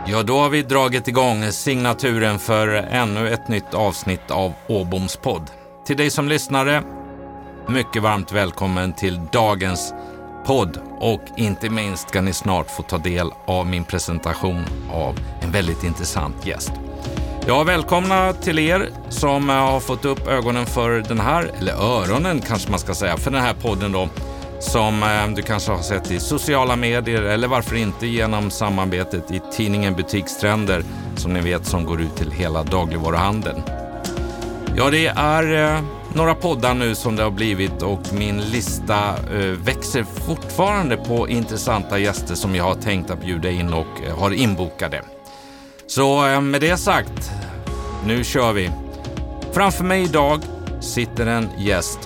Ja, då har vi dragit igång signaturen för ännu ett nytt avsnitt av Åboms podd. Till dig som lyssnare, mycket varmt välkommen till dagens podd. Och inte minst ska ni snart få ta del av min presentation av en väldigt intressant gäst. Ja, välkomna till er som har fått upp ögonen för den här, eller öronen kanske man ska säga, för den här podden då. Som du kanske har sett i sociala medier eller varför inte genom samarbetet i tidningen Butikstrender som ni vet som går ut till hela dagligvaruhandeln. Ja, det är några poddar nu som det har blivit och min lista växer fortfarande på intressanta gäster som jag har tänkt att bjuda in och har inbokade. Så med det sagt, nu kör vi. Framför mig idag sitter en gäst.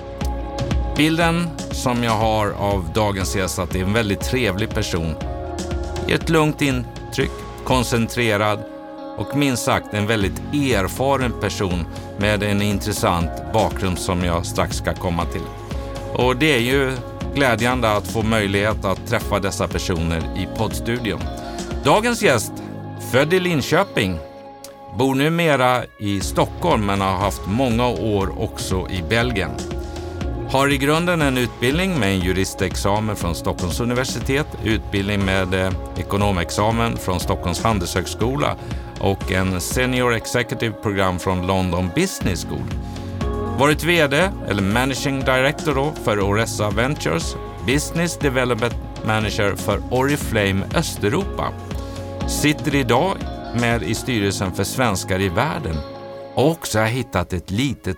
Bilden som jag har av dagens gäst att det är en väldigt trevlig person. Ger ett lugnt intryck, koncentrerad och minst sagt en väldigt erfaren person med en intressant bakgrund som jag strax ska komma till. Och det är ju glädjande att få möjlighet att träffa dessa personer i poddstudion. Dagens gäst, född i Linköping, bor numera i Stockholm men har haft många år också i Belgien. Har i grunden en utbildning med en juristexamen från Stockholms universitet, utbildning med ekonomexamen från Stockholms handelshögskola och en senior executive program från London Business School. Varit vd eller managing director då för Oresa Ventures, business development manager för Oriflame Östeuropa. Sitter idag med i styrelsen för svenskar i världen. Och så har jag hittat ett litet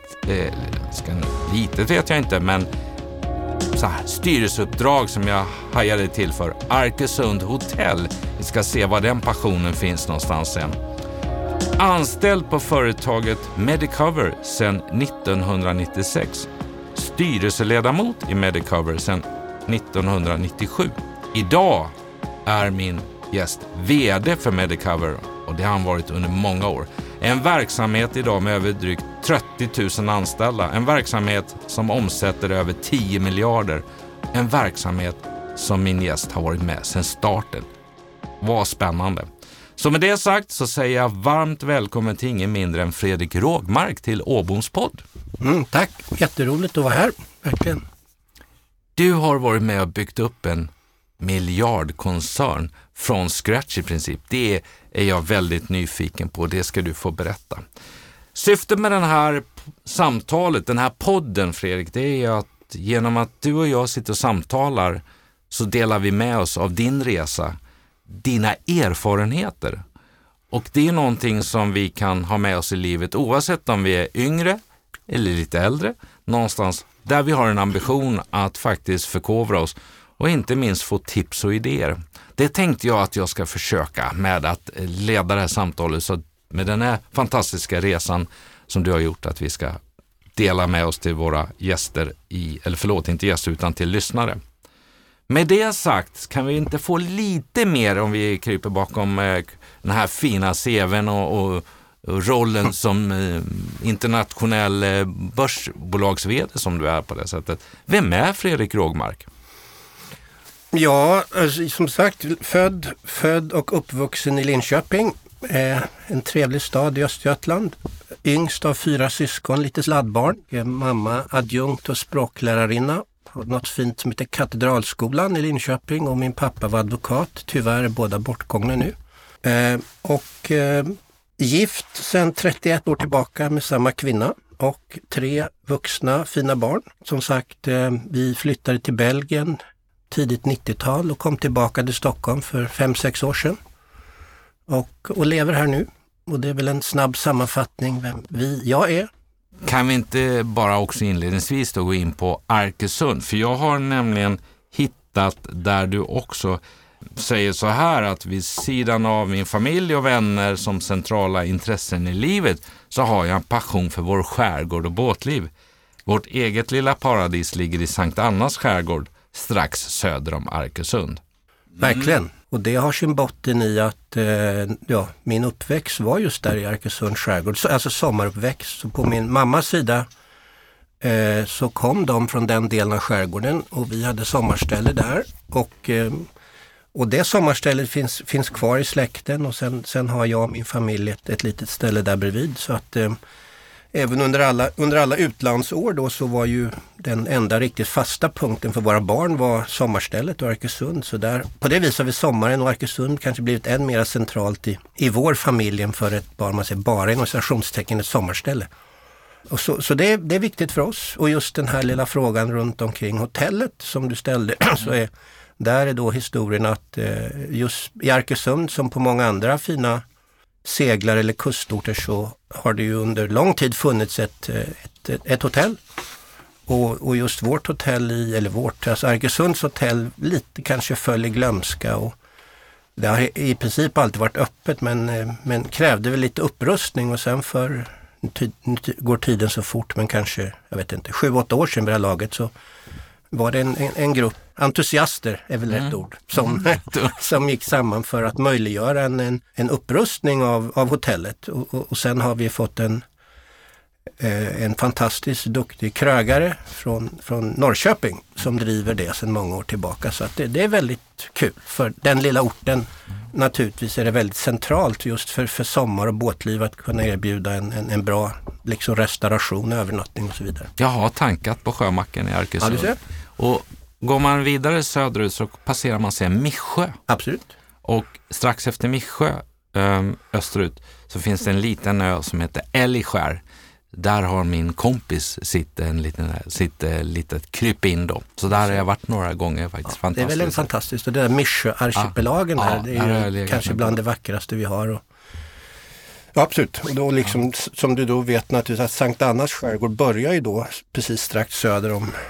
vet jag inte, men så här, styrelseuppdrag som jag hajade till för Arkesund Hotell. Vi ska se var den passionen finns någonstans sen. Anställd på företaget Medicover sedan 1996. Styrelseledamot i Medicover sedan 1997. Idag är min gäst vd för Medicover och det har han varit under många år. En verksamhet idag med över drygt 30 000 anställda. En verksamhet som omsätter över 10 miljarder. En verksamhet som min gäst har varit med sedan starten. Vad spännande. Så med det sagt så säger jag varmt välkommen till ingen mindre än Fredrik Rågmark till Åboms podd. Tack, jätteroligt att vara här, verkligen. Du har varit med och byggt upp en miljardkoncern från scratch i princip. Det är jag väldigt nyfiken på. Det ska du få berätta. Syftet med den här samtalet, den här podden, Fredrik, det är att genom att du och jag sitter och samtalar så delar vi med oss av din resa, dina erfarenheter. Och det är någonting som vi kan ha med oss i livet oavsett om vi är yngre eller lite äldre. Någonstans där vi har en ambition att faktiskt förkovra oss och inte minst få tips och idéer. Det tänkte jag att jag ska försöka med att leda det här samtalet så med den här fantastiska resan som du har gjort att vi ska dela med oss till våra gäster inte gäster utan till lyssnare. Med det sagt kan vi inte få lite mer om vi kryper bakom den här fina CV:n och rollen som internationell börsbolags-vd som du är på det sättet. Vem är Fredrik Rågmark? Ja, alltså, som sagt, född och uppvuxen i Linköping. En trevlig stad i Östergötland. Yngst av 4 syskon, lite sladdbarn. Mamma adjunkt och språklärarinna. Något fint som heter Katedralskolan i Linköping och min pappa var advokat. Tyvärr är båda bortgångna nu. Gift sedan 31 år tillbaka med samma kvinna och 3 vuxna fina barn. Som sagt, vi flyttade till Belgien tidigt 90-tal och kom tillbaka till Stockholm för 5-6 år sedan. Och lever här nu. Och det är väl en snabb sammanfattning vem jag är. Kan vi inte bara också inledningsvis då gå in på Arkesund? För jag har nämligen hittat där du också säger så här att vid sidan av min familj och vänner som centrala intressen i livet så har jag en passion för vår skärgård och båtliv. Vårt eget lilla paradis ligger i Sankt Annas skärgård strax söder om Arkesund. Verkligen. Och det har sin botten i att min uppväxt var just där i Arkesund skärgård. Alltså sommaruppväxt. Så på min mammas sida så kom de från den delen av skärgården och vi hade sommarställe där. Och Och det sommarstället finns kvar i släkten och sen har jag och min familj ett litet ställe där bredvid. Så att även under alla utlandsår då så var ju den enda riktigt fasta punkten för våra barn var sommarstället och Arkösund. Så där, på det viset har vi sommaren och Arkösund kanske blivit än mer centralt i vår familj än för ett barn, man säger bara inom citationstecken ett sommarställe. Och så det är viktigt för oss. Och just den här lilla frågan runt omkring hotellet som du ställde så där är då historien att just i Arkösund som på många andra fina seglar eller kustorter så har det ju under lång tid funnits ett hotell. Och just vårt hotell alltså Arkösunds hotell lite kanske föll i glömska och det har i princip alltid varit öppet men krävde väl lite upprustning och sen nu går tiden så fort men kanske, jag vet inte, 7-8 år sedan vid det här laget så var det en grupp entusiaster är väl rätt ord som gick samman för att möjliggöra en upprustning av hotellet och sen har vi fått en fantastiskt duktig krögare från Norrköping som driver det sedan många år tillbaka så att det är väldigt kul för den lilla orten. Naturligtvis är det väldigt centralt just för sommar och båtliv att kunna erbjuda en bra liksom restauration, övernattning och så vidare. Jag har tankat på Sjömacken i Arkösund. Ja, du ser. Och går man vidare söderut så passerar man sig Missjö. Absolut. Och strax efter Missjö österut så finns det en liten ö som heter Älgskär. Där har min kompis sitt litet krypin då. Så där har jag varit några gånger faktiskt. Ja, det är väl en fantastisk. Och det där Missjö-archipelagen där, det är ju kanske bland det vackraste vi har. Ja, absolut. Och då liksom, som du då vet naturligtvis att Sankt Annas skärgård börjar ju då precis strax söder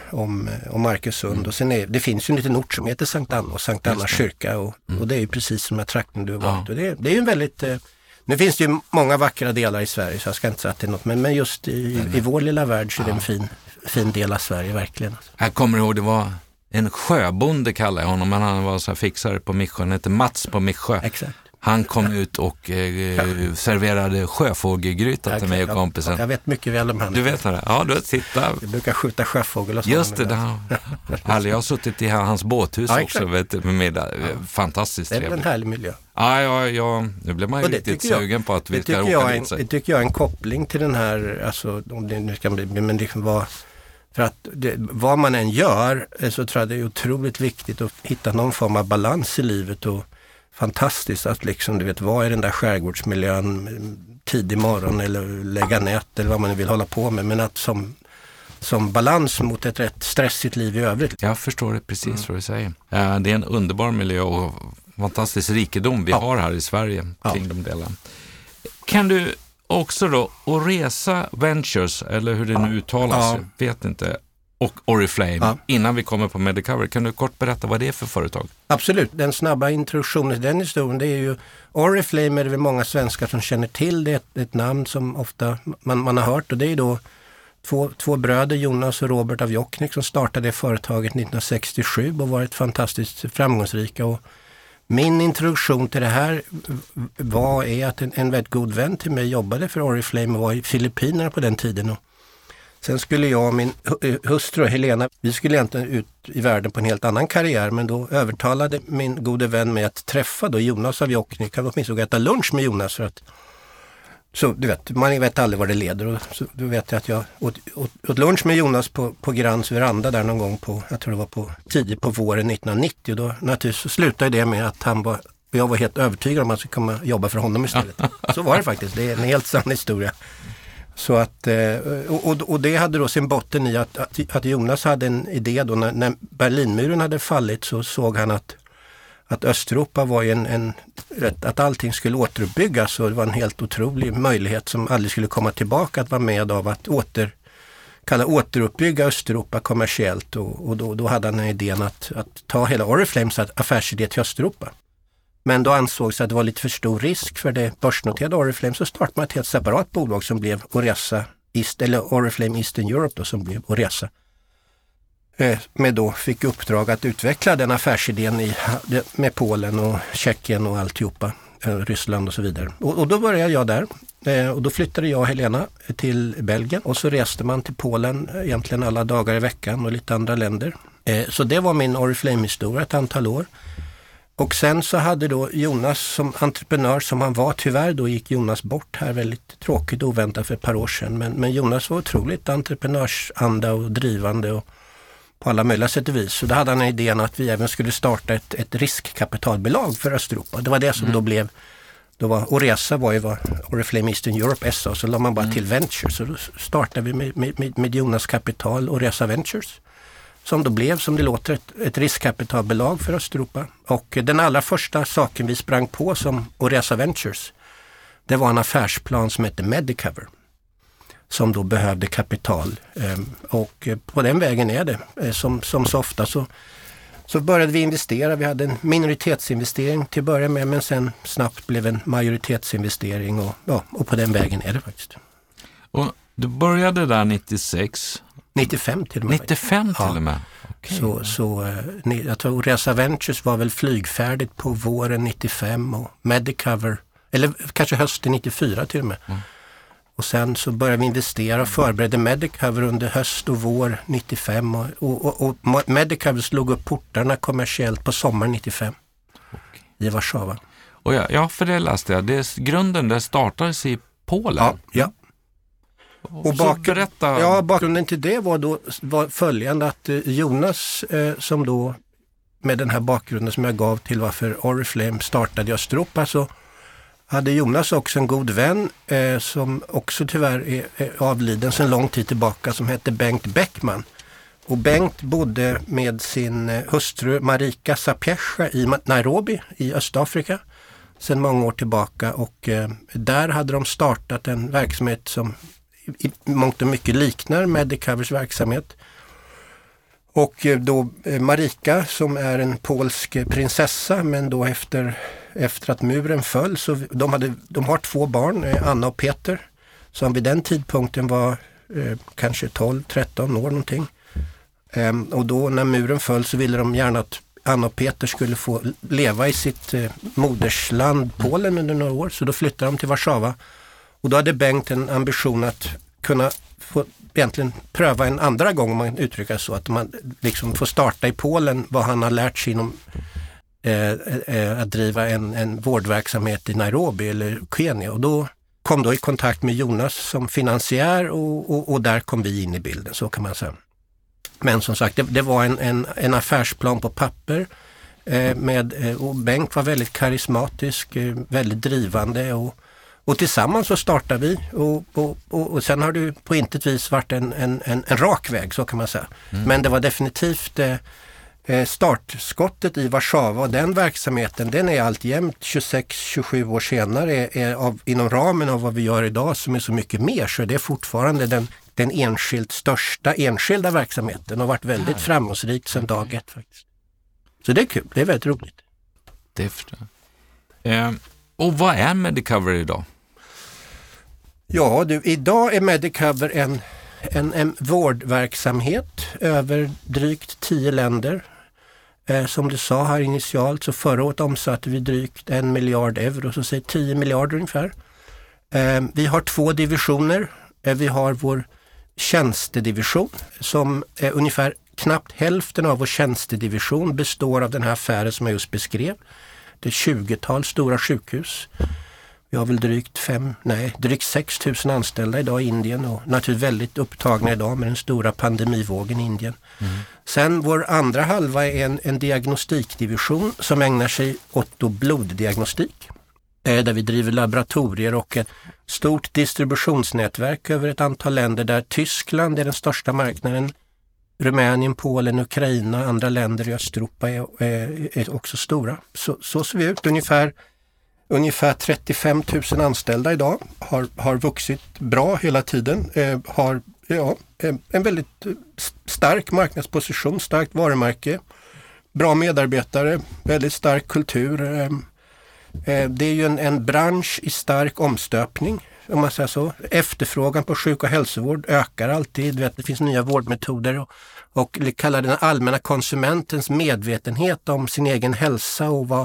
om Arkösund. Och sen det finns ju en liten ort som heter Sankt Anna och Sankt Annas kyrka. Och det är ju precis som den här trakten du har varit. Och det är ju en väldigt... Nu finns det ju många vackra delar i Sverige så jag ska inte säga att det är något. Men just i vår lilla värld så är det en fin del av Sverige verkligen. Jag kommer ihåg det var en sjöbonde kallade jag honom. Men han var så här fixare på Missjö. Han hette Mats på Missjö. Exakt. Han kom ut och serverade sjöfågelgryta till mig och kompisen. Jag vet mycket väl om han. Du vet det? Ja, du sitta. Vi brukar skjuta sjöfågel och så. Just det. Jag har suttit i hans båthus också med middag. Fantastiskt trevligt. Det är en härlig miljö. Ja, nu blir man ju riktigt sugen på att vi ska åka dit. Det tycker jag är en koppling till den här, alltså om det nu ska bli, men liksom för att vad man än gör så tror jag det är otroligt viktigt att hitta någon form av balans i livet och fantastiskt att liksom, du vet, vad är den där skärgårdsmiljön tidig morgon eller lägga nät eller vad man nu vill hålla på med, men att som balans mot ett rätt stressigt liv i övrigt. Jag förstår det precis vad du säger. Det är en underbar miljö och fantastisk rikedom vi har här i Sverige kring de delarna. Kan du också då, Oresa Ventures, eller hur det nu uttalas, vet inte, och Oriflame, innan vi kommer på Medicover. Kan du kort berätta vad det är för företag? Absolut. Den snabba introduktionen till den historien, det är ju Oriflame är det väl många svenskar som känner till. Det är ett namn som ofta man har hört och det är då två bröder, Jonas och Robert av Jokknick, som startade företaget 1967 och varit fantastiskt framgångsrika. Och min introduktion till det här är att en väldigt god vän till mig jobbade för Oriflame och var i Filippinerna på den tiden. Och sen skulle jag och min hustru Helena, vi skulle egentligen ut i världen på en helt annan karriär, men då övertalade min gode vän mig att träffa då Jonas av Jokknick. Kan åtminstone äta lunch med Jonas för att, så du vet, man vet aldrig vad det leder. Och så, då vet jag att jag åt lunch med Jonas på Grands veranda där någon gång jag tror det var tidigt på våren 1990. Och då naturligtvis slutade det med att jag var helt övertygad om att jag skulle komma jobba för honom istället. Så var det faktiskt, det är en helt sann historia. Så att, och det hade då sin botten i att Jonas hade en idé då när Berlinmuren hade fallit, så såg han att Östeuropa var att allting skulle återuppbyggas, och det var en helt otrolig möjlighet som aldrig skulle komma tillbaka att vara med av att återuppbygga Östeuropa kommersiellt, och då hade han idén att ta hela Oriflames affärsidé till Östeuropa. Men då ansågs att det var lite för stor risk för det börsnoterade Oriflame, så startade man ett helt separat bolag som blev Oresa East, eller Oriflame Eastern Europe då, som blev Oresa. Med då fick uppdrag att utveckla den affärsidén med Polen och Tjeckien och alltihopa, Ryssland och så vidare. Och då började jag där, och då flyttade jag och Helena till Belgien, och så reste man till Polen egentligen alla dagar i veckan och lite andra länder. Så det var min Oriflame-historia ett antal år. Och sen så hade då Jonas som entreprenör som han var, tyvärr då gick Jonas bort här väldigt tråkigt oväntat för ett par år sedan. Men Jonas var otroligt entreprenörsanda och drivande och på alla möjliga sätt och vis. Så då hade han idén att vi även skulle starta ett riskkapitalbolag för Östeuropa. Det var det som då blev, Oresa var ju Oriflame Eastern Europe SA, så la man bara till Ventures. Så då startade vi med Jonas Kapital och Oresa Ventures. Som då blev, som det låter, ett riskkapitalbolag för Östeuropa. Och den allra första saken vi sprang på som Oresa Ventures, det var en affärsplan som hette Medicover. Som då behövde kapital. Och på den vägen är det. Som så ofta så började vi investera. Vi hade en minoritetsinvestering till att börja med, men sen snabbt blev en majoritetsinvestering. Och på den vägen är det faktiskt. Och du började där 96? 95 till och med. 95 till och med? Okay. Jag tror Oresa Ventures var väl flygfärdigt på våren 95 och Medicover, eller kanske hösten 94 till och med. Och sen så började vi investera och förberedde Medicover under höst och vår 95 och Medicover slog upp portarna kommersiellt på sommaren 95 i Warszawa. Och ja, för det läste jag. Grunden där startades i Polen. Ja. Och bakgrunden till det var följande att Jonas som då med den här bakgrunden som jag gav till varför Oriflame startade i Östeuropa, så hade Jonas också en god vän som också tyvärr är avliden sedan lång tid tillbaka, som hette Bengt Bäckman. Och Bengt bodde med sin hustru Marika Sapiecha i Nairobi i Östafrika sedan många år tillbaka, och där hade de startat en verksamhet som i mångt och mycket liknar Medicovers verksamhet. Och då Marika, som är en polsk prinsessa, men då efter att muren föll, så de har 2 barn, Anna och Peter, som vid den tidpunkten var kanske 12-13 år någonting. Och då när muren föll så ville de gärna att Anna och Peter skulle få leva i sitt modersland Polen under några år, så då flyttade de till Warszawa. Och då hade Bengt en ambition att kunna få egentligen pröva en andra gång, om man uttrycker så, att man liksom får starta i Polen vad han har lärt sig inom att driva en vårdverksamhet i Nairobi eller Kenya. Och då kom då i kontakt med Jonas som finansiär och där kom vi in i bilden, så kan man säga. Men som sagt, det var en affärsplan på papper och Bengt var väldigt karismatisk, väldigt drivande och tillsammans så startade vi och sen har det på intet vis varit en rak väg, så kan man säga. Men det var definitivt startskottet i Warszawa, och den verksamheten, den är alltjämt 26-27 år senare inom ramen av vad vi gör idag, som är så mycket mer, så det är fortfarande den enskilt största enskilda verksamheten och har varit väldigt framgångsrikt sedan dag ett faktiskt. Så det är kul, det är väldigt roligt. Det förstår jag. Och vad är Medicover idag? Ja, idag är Medicover en vårdverksamhet över drygt 10 länder. Som du sa här initialt, så förra året omsatte vi drygt 1 miljard euro, så säg 10 miljarder ungefär. Vi har 2 divisioner. Vi har vår tjänstedivision som är ungefär knappt hälften av vår tjänstedivision består av den här affären som jag just beskrev. Det är 20-tal stora sjukhus. Vi har väl drygt 6 000 anställda idag i Indien och naturligtvis väldigt upptagna idag med den stora pandemivågen i Indien. Sen vår andra halva är en diagnostikdivision som ägnar sig åt bloddiagnostik. Där vi driver laboratorier och ett stort distributionsnätverk över ett antal länder, där Tyskland är den största marknaden. Rumänien, Polen, Ukraina och andra länder i Östeuropa är också stora. Så ser vi ut. Ungefär 35 000 anställda idag, har vuxit bra hela tiden, har en väldigt stark marknadsposition, starkt varumärke, bra medarbetare, väldigt stark kultur. Det är ju en bransch i stark omstöpning, om man säger så. Efterfrågan på sjuk- och hälsovård ökar alltid. Det finns nya vårdmetoder och kallar den allmänna konsumentens medvetenhet om sin egen hälsa och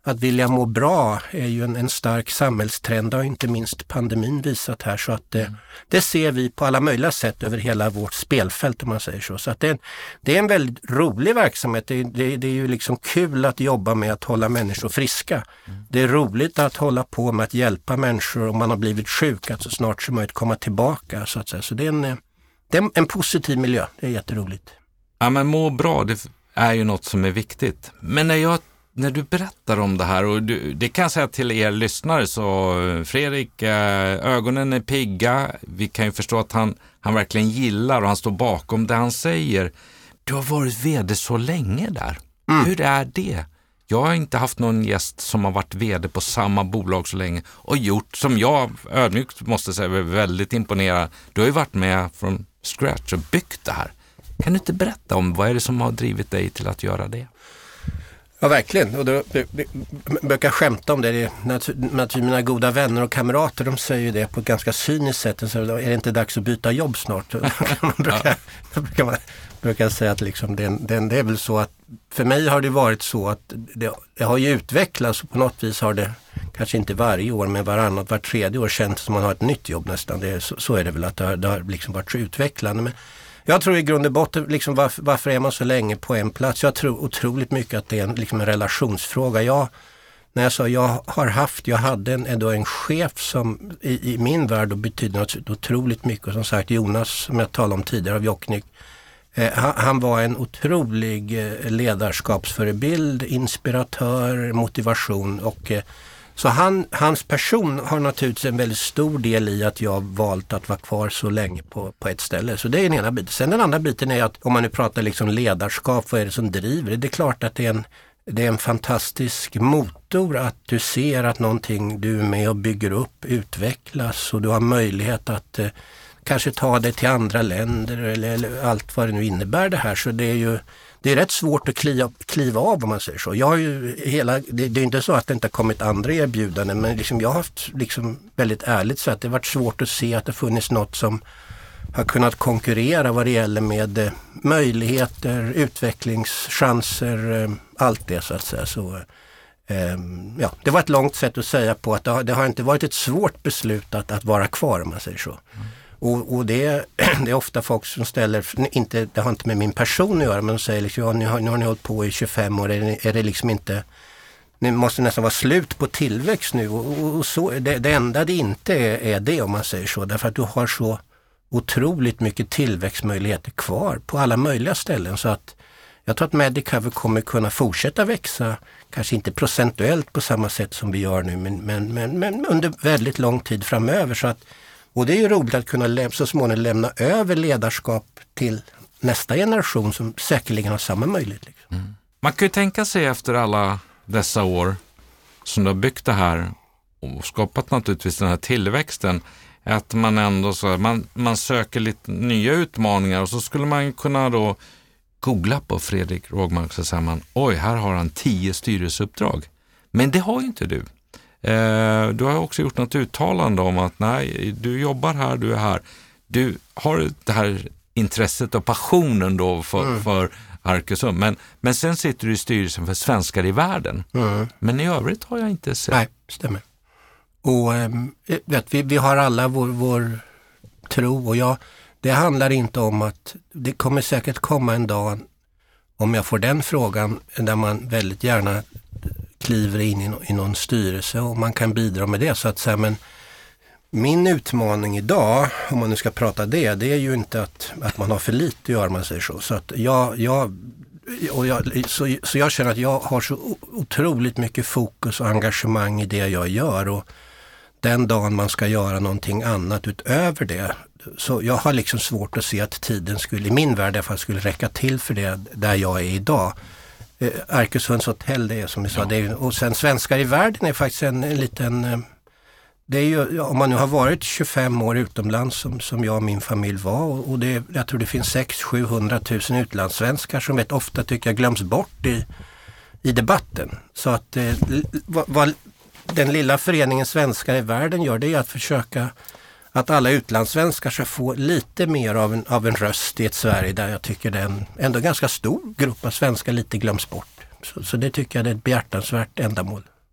att vilja må bra är ju en stark samhällstrend, och inte minst pandemin visat här. Så att det ser vi på alla möjliga sätt över hela vårt spelfält, om man säger så. Så att det är en väldigt rolig verksamhet. Det är ju liksom kul att jobba med att hålla människor friska. Det är roligt att hålla på med att hjälpa människor om man har blivit sjuk, att så snart som möjligt komma tillbaka, så att säga. Så det är en positiv miljö. Det är jätteroligt. Ja, men må bra, det är ju något som är viktigt. Men när du berättar om det här, och det kan jag säga till er lyssnare, så Fredrik, ögonen är pigga. Vi kan ju förstå att han verkligen gillar och han står bakom det han säger. Du har varit vd så länge där. Hur är det? Jag har inte haft någon gäst som har varit vd på samma bolag så länge och gjort, som jag ödmjukt måste säga, väldigt imponerad. Du har ju varit med från scratch och byggt det här. Kan du inte berätta om vad är det som har drivit dig till att göra det? Ja, verkligen. Och då brukar skämta om det. Mina goda vänner och kamrater, de säger ju det på ett ganska cyniskt sätt. Så är det inte dags att byta jobb snart? Man brukar säga att liksom det är väl så att för mig har det varit så att det har ju utvecklats, och på något vis har det kanske inte varje år, men vart tredje år känns som man har ett nytt jobb nästan. Så är det väl, att det har liksom varit så utvecklande. Men jag tror i grund och botten, liksom, varför är man så länge på en plats? Jag tror otroligt mycket att det är en relationsfråga. Jag hade en chef som i min värld då betydde något otroligt mycket. Och som sagt, Jonas, som jag talade om tidigare, av Jokknik, han var en otrolig ledarskapsförebild, inspiratör, motivation, och så hans person har naturligtvis en väldigt stor del i att jag valt att vara kvar så länge på ett ställe. Så det är den ena biten. Sen den andra biten är att om man nu pratar liksom ledarskap, vad är det som driver det? Det är klart att det är en fantastisk motor att du ser att någonting du är med och bygger upp utvecklas, och du har möjlighet att kanske ta det till andra länder eller allt vad det nu innebär det här. Så det är rätt svårt att kliva av, om man säger så. Jag har ju det är inte så att det inte har kommit andra erbjudanden, men liksom jag har haft liksom väldigt ärligt så att det har varit svårt att se att det funnits något som har kunnat konkurrera vad det gäller med möjligheter, utvecklingschanser, allt det så att säga. Så, det var ett långt sätt att säga på att det har inte varit ett svårt beslut att vara kvar, om man säger så. Och det är ofta folk som ställer, det har inte med min person att göra, men de säger liksom, nu har ni hållit på i 25 år, är det liksom inte, ni måste nästan vara slut på tillväxt nu, och så, det enda det inte är det, om man säger så, därför att du har så otroligt mycket tillväxtmöjligheter kvar på alla möjliga ställen, så att jag tror att Medicover kommer kunna fortsätta växa, kanske inte procentuellt på samma sätt som vi gör nu, men under väldigt lång tid framöver. Så att, och det är ju roligt att kunna så småningom lämna över ledarskap till nästa generation som säkerligen har samma möjlighet. Liksom. Man kan ju tänka sig efter alla dessa år som du har byggt det här och skapat naturligtvis den här tillväxten, att man ändå man söker lite nya utmaningar, och så skulle man kunna då googla på Fredrik Rågmark, så säger man, oj, här har han 10 styrelseuppdrag. Men det har ju inte du. Du har också gjort något uttalande om att nej, du jobbar här, du är här. Du har det här intresset och passionen då för Arcusum. Men sen sitter du i styrelsen för Svenskar i världen. Men i övrigt har jag inte sett. Nej, stämmer. Och vi har alla vår tro, och det handlar inte om att det kommer säkert komma en dag, om jag får den frågan, där man väldigt gärna kliver in i någon styrelse och man kan bidra med det, så att säga. Men min utmaning idag, om man nu ska prata det är ju inte att man har för lite att göra, man säger så. Så att jag känner att jag har så otroligt mycket fokus och engagemang i det jag gör, och den dagen man ska göra någonting annat utöver det, så jag har liksom svårt att se att tiden i min värld i alla fall skulle räcka till för det där jag är idag. Arcusunds hotell, det är som vi sa, och sen Svenskar i världen är faktiskt en liten, det är ju, om man nu har varit 25 år utomlands som jag och min familj var, och jag tror det finns 600-700 000 utlandssvenskar som vet ofta tycker jag glöms bort i debatten. Så att vad den lilla föreningen Svenskar i världen gör, det är att försöka att alla utlandssvenskar ska få lite mer av en röst i ett Sverige där jag tycker det är en ändå ganska stor grupp av svenskar lite glöms bort. Så det tycker jag är ett behjärtansvärt ändamål.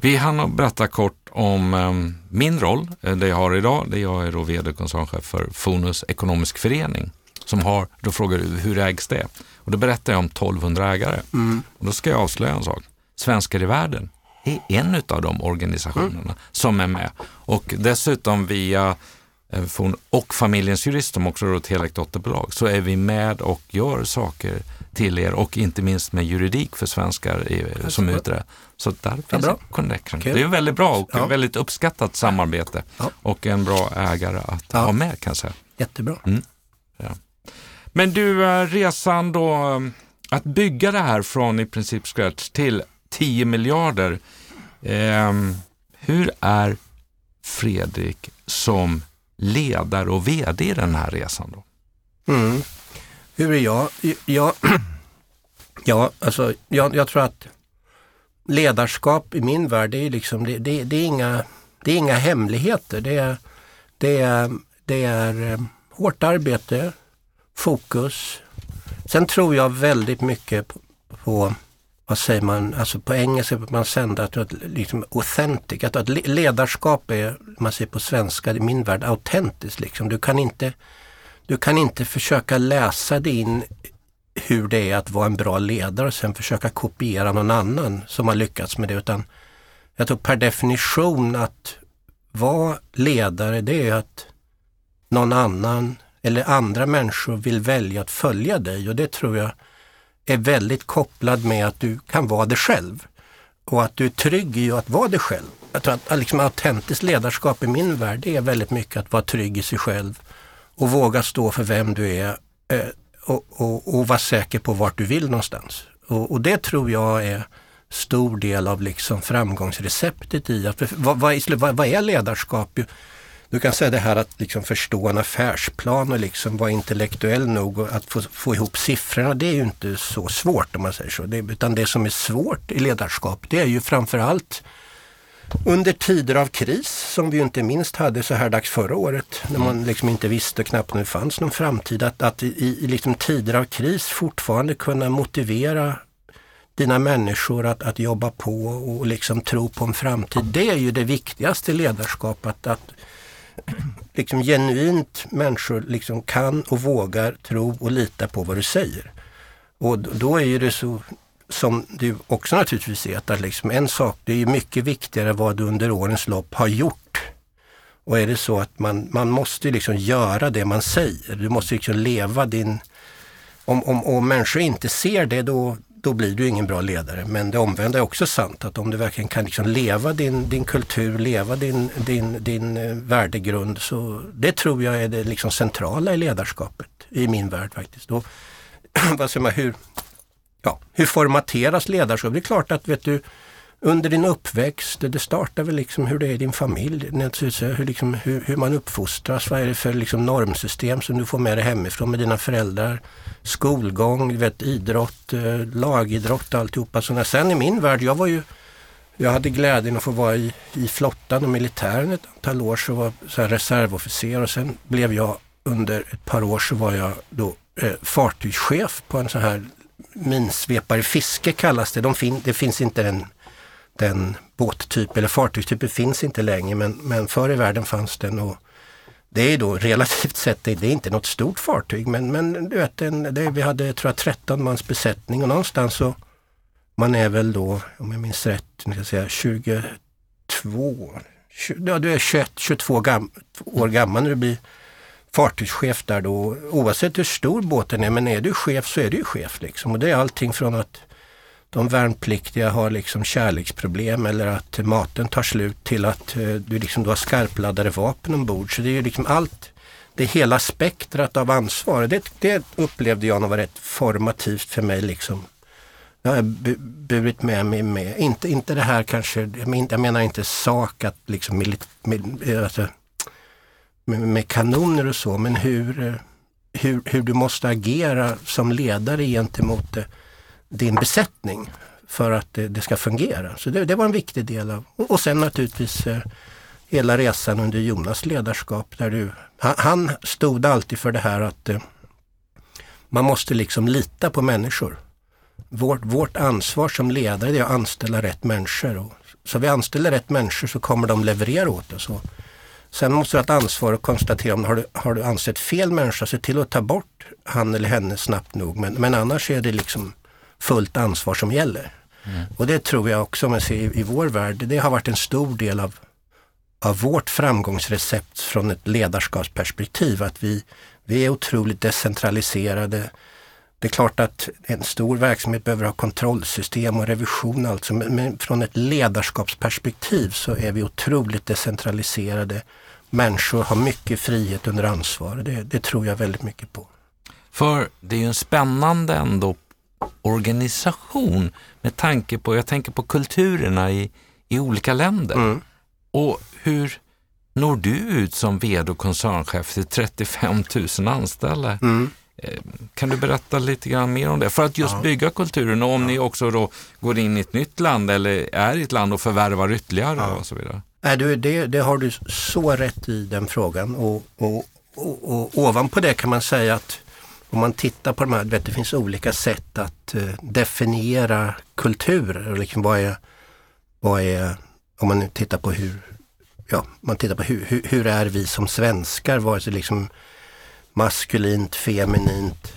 Vi hann berätta kort om min roll, det jag har idag. Jag är då vd och koncernchef för Fonus ekonomisk förening som har, då frågar du hur ägs det? Och då berättar jag om 1200 ägare. Och då ska jag avslöja en sak. Svenskar i världen är en av de organisationerna som är med. Och dessutom via och Familjens Jurist, som också är ett helägt dotterbolag, så är vi med och gör saker till er och inte minst med juridik för svenskar som utreder. Så där finns en connection. Okay. Det är väldigt bra och väldigt uppskattat samarbete och en bra ägare att ha med, kan jag säga. Jättebra. Ja. Men du, resan då att bygga det här från i princip scratch till 10 miljarder. Hur är Fredrik som ledare och vd i den här resan då? Hur är jag tror att ledarskap i min värld är liksom, det är inga hemligheter. Det är hårt arbete, fokus. Sen tror jag väldigt mycket på vad säger man, alltså på engelska man sänder att liksom authentic, att ledarskap är, man säger på svenska i min värld, autentiskt liksom. Du kan inte försöka läsa det in hur det är att vara en bra ledare och sen försöka kopiera någon annan som har lyckats med det, utan jag tror per definition att vara ledare, det är att någon annan eller andra människor vill välja att följa dig, och det tror jag är väldigt kopplad med att du kan vara dig själv och att du är trygg i att vara dig själv. Jag tror att liksom autentiskt ledarskap i min värld, det är väldigt mycket att vara trygg i sig själv och våga stå för vem du är och vara säker på vart du vill någonstans. Och det tror jag är stor del av liksom framgångsreceptet i att vad är ledarskap? Du kan säga det här att liksom förstå en affärsplan och liksom vara intellektuell nog och att få ihop siffrorna, det är ju inte så svårt om man säger så. Utan det som är svårt i ledarskap, det är ju framförallt under tider av kris, som vi ju inte minst hade så här dags förra året, när man liksom inte visste knappt när det fanns någon framtid, att i liksom tider av kris fortfarande kunna motivera dina människor att jobba på och liksom tro på en framtid. Det är ju det viktigaste ledarskap, att liksom genuint människor liksom kan och vågar tro och lita på vad du säger. Och då är ju det så, som du också naturligtvis vet, att liksom en sak, det är ju mycket viktigare vad du under årens lopp har gjort. Och är det så att man måste liksom göra det man säger. Du måste liksom leva din... Om människor inte ser det, då blir du ingen bra ledare. Men det omvända är också sant, att om du verkligen kan liksom leva din kultur, leva din värdegrund, så det tror jag är det liksom centrala i ledarskapet i min värld faktiskt. Då, vad säger man, hur formateras ledarskap? Det är klart att under din uppväxt, det startar väl liksom hur det är i din familj, hur man uppfostras, vad är det för liksom normsystem som du får med dig hemifrån med dina föräldrar, skolgång, idrott, lagidrott och alltihopa sådana. Sen i min värld, jag hade glädjen att få vara i flottan och militären ett antal år, så var så här reservofficer, och sen blev jag under ett par år så var jag då fartygschef på en sån här minsvepare fiske kallas det. Det finns inte den båttyp eller fartygstypen finns inte längre, men förr i världen fanns den, och det är då relativt sett, det är inte något stort fartyg, men du vet, vi hade tror jag 13 mans besättning, och någonstans så man är väl då, om jag minns rätt, jag säga 22, du är 21-22 år gammal när du blir fartygschef där då, oavsett hur stor båten är, men är du chef så är du ju chef liksom, och det är allting från att de värnpliktiga har liksom kärleksproblem eller att maten tar slut till att du liksom har skarpladdade vapen ombord. Så det är ju liksom allt, det hela spektrat av ansvar. Det upplevde jag nog var rätt formativt för mig liksom. Jag har burit med mig med. Inte det här kanske, jag menar inte sak att liksom med kanoner och så, men hur du måste agera som ledare gentemot din besättning för att det ska fungera. Så det var en viktig del av. Och sen naturligtvis hela resan under Jonas ledarskap, där han stod alltid för det här att man måste liksom lita på människor. Vårt ansvar som ledare är att anställa rätt människor, och Så vi anställer rätt människor så kommer de leverera åt oss. Sen måste du ha ett ansvar och konstatera om har du ansett fel människa, se till att ta bort han eller henne snabbt nog. Men annars är det liksom fullt ansvar som gäller. Och det tror jag också, om man ser i vår värld, det har varit en stor del av vårt framgångsrecept från ett ledarskapsperspektiv. Att vi är otroligt decentraliserade. Det är klart att en stor verksamhet behöver ha kontrollsystem och revision alltså, men från ett ledarskapsperspektiv så är vi otroligt decentraliserade. Människor har mycket frihet under ansvar. Det tror jag väldigt mycket på. För det är ju en spännande ändå organisation med tanke på, jag tänker på kulturerna i olika länder. Och hur når du ut som vd och koncernchef till 35 000 anställda? Kan du berätta lite grann mer om det? För att just bygga kulturen, och om ni också då går in i ett nytt land eller är i ett land och förvärvar ytterligare och så vidare. Det har du så rätt i den frågan. Och ovanpå det kan man säga att om man tittar på de här, det finns olika sätt att definiera kulturer. Liksom vad är, om man tittar på hur är vi som svenskar, vad är det liksom maskulint, feminint,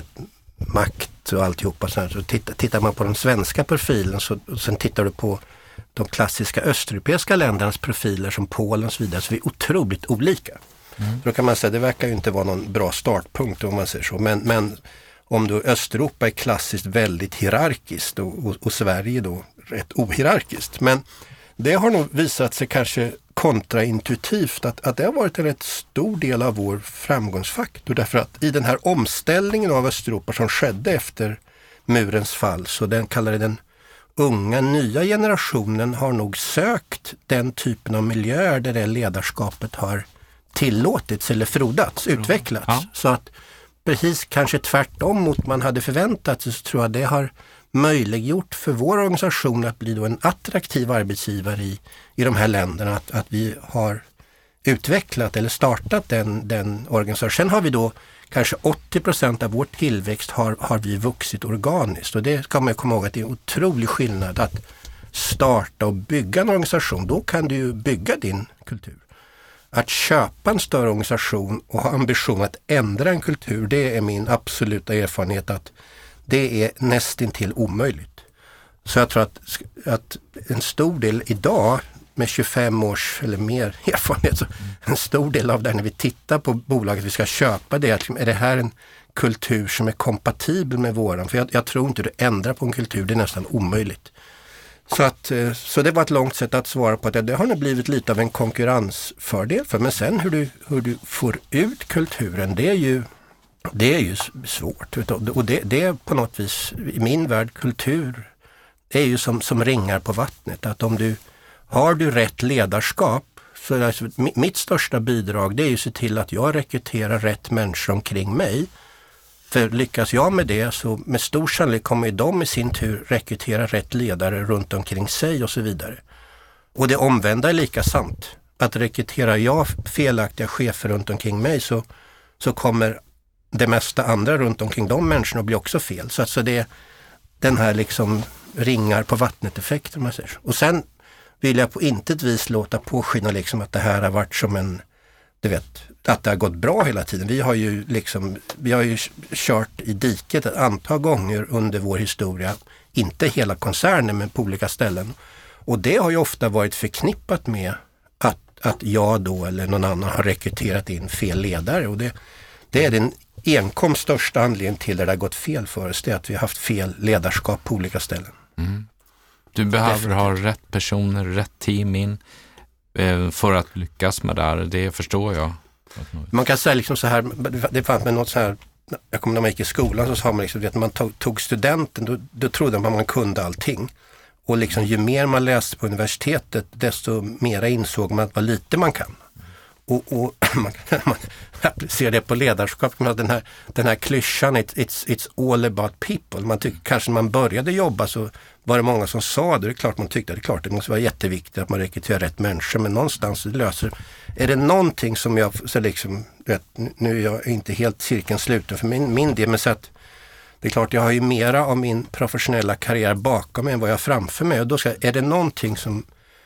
makt och alltihopa. Så tittar man på den svenska profilen och sen tittar du på de klassiska östeuropeiska ländernas profiler som Polen och så vidare, så vi är otroligt olika. Då kan man säga, det verkar ju inte vara någon bra startpunkt om man säger så, men om då Östeuropa är klassiskt väldigt hierarkiskt och Sverige då rätt ohierarkiskt. Men det har nog visat sig kanske kontraintuitivt att det har varit en rätt stor del av vår framgångsfaktor, därför att i den här omställningen av Östeuropa som skedde efter murens fall, så den kallade den unga nya generationen har nog sökt den typen av miljöer där det ledarskapet har tillåtits eller frodats, utvecklats. Ja. Så att precis kanske tvärtom mot man hade förväntat sig, så tror jag det har möjliggjort för vår organisation att bli då en attraktiv arbetsgivare i de här länderna, att vi har utvecklat eller startat den organisationen. Sen har vi då kanske 80% av vår tillväxt har vi vuxit organiskt, och det ska man komma ihåg att det är en otrolig skillnad att starta och bygga en organisation. Då kan du ju bygga din kultur. Att köpa en större organisation och ha ambition att ändra en kultur, det är min absoluta erfarenhet att det är nästintill omöjligt. Så jag tror att en stor del idag med 25 års eller mer erfarenhet, så en stor del av det när vi tittar på bolaget vi ska köpa, det är det här en kultur som är kompatibel med våran? För jag tror inte du ändrar på en kultur, det är nästan omöjligt. Så det var ett långt sätt att svara på det. Det har nog blivit lite av en konkurrensfördel för, men sen hur du får ut kulturen, det är ju svårt. Och det är på något vis, i min värld, kultur är ju som ringar på vattnet. Att har du rätt ledarskap, så alltså, mitt största bidrag det är ju att se till att jag rekryterar rätt människor omkring mig. För lyckas jag med det, så med stor sannolikhet kommer de i sin tur rekrytera rätt ledare runt omkring sig och så vidare. Och det omvända är lika sant. Att rekryterar jag felaktiga chefer runt omkring mig, så kommer det mesta andra runt omkring de människorna blir också fel. Så alltså det är den här liksom ringar på vattnet-effekten, man säger. Och sen vill jag på intet vis låta påskina liksom att det här har varit som en, du vet, att det har gått bra hela tiden. Vi har ju kört i diket ett antal gånger under vår historia, inte hela koncernen men på olika ställen. Och det har ju ofta varit förknippat med att jag då eller någon annan har rekryterat in fel ledare, och det är den enkom största anledningen till att det har gått fel för oss, det är att vi har haft fel ledarskap på olika ställen. Du behöver ha rätt personer, rätt team in för att lyckas med det förstår jag. Man kan säga liksom så här, det fanns med något så här, jag kommer när man gick i skolan så sa man liksom, när man tog studenten då trodde man kunde allting. Och liksom ju mer man läste på universitetet, desto mera insåg man att vad lite man kan. Och man applicerar det på ledarskap, den här klyschan, it's all about people. Man tycker kanske när man började jobba så var det många som sa det är klart man tyckte det måste vara jätteviktigt att man rekryterar rätt människor, men någonstans det löser. Är det någonting som jag så liksom, nu är jag inte helt cirkeln sluten för min del, men så att det är klart jag har ju mera av min professionella karriär bakom mig än vad jag har framför mig, och då är det någonting som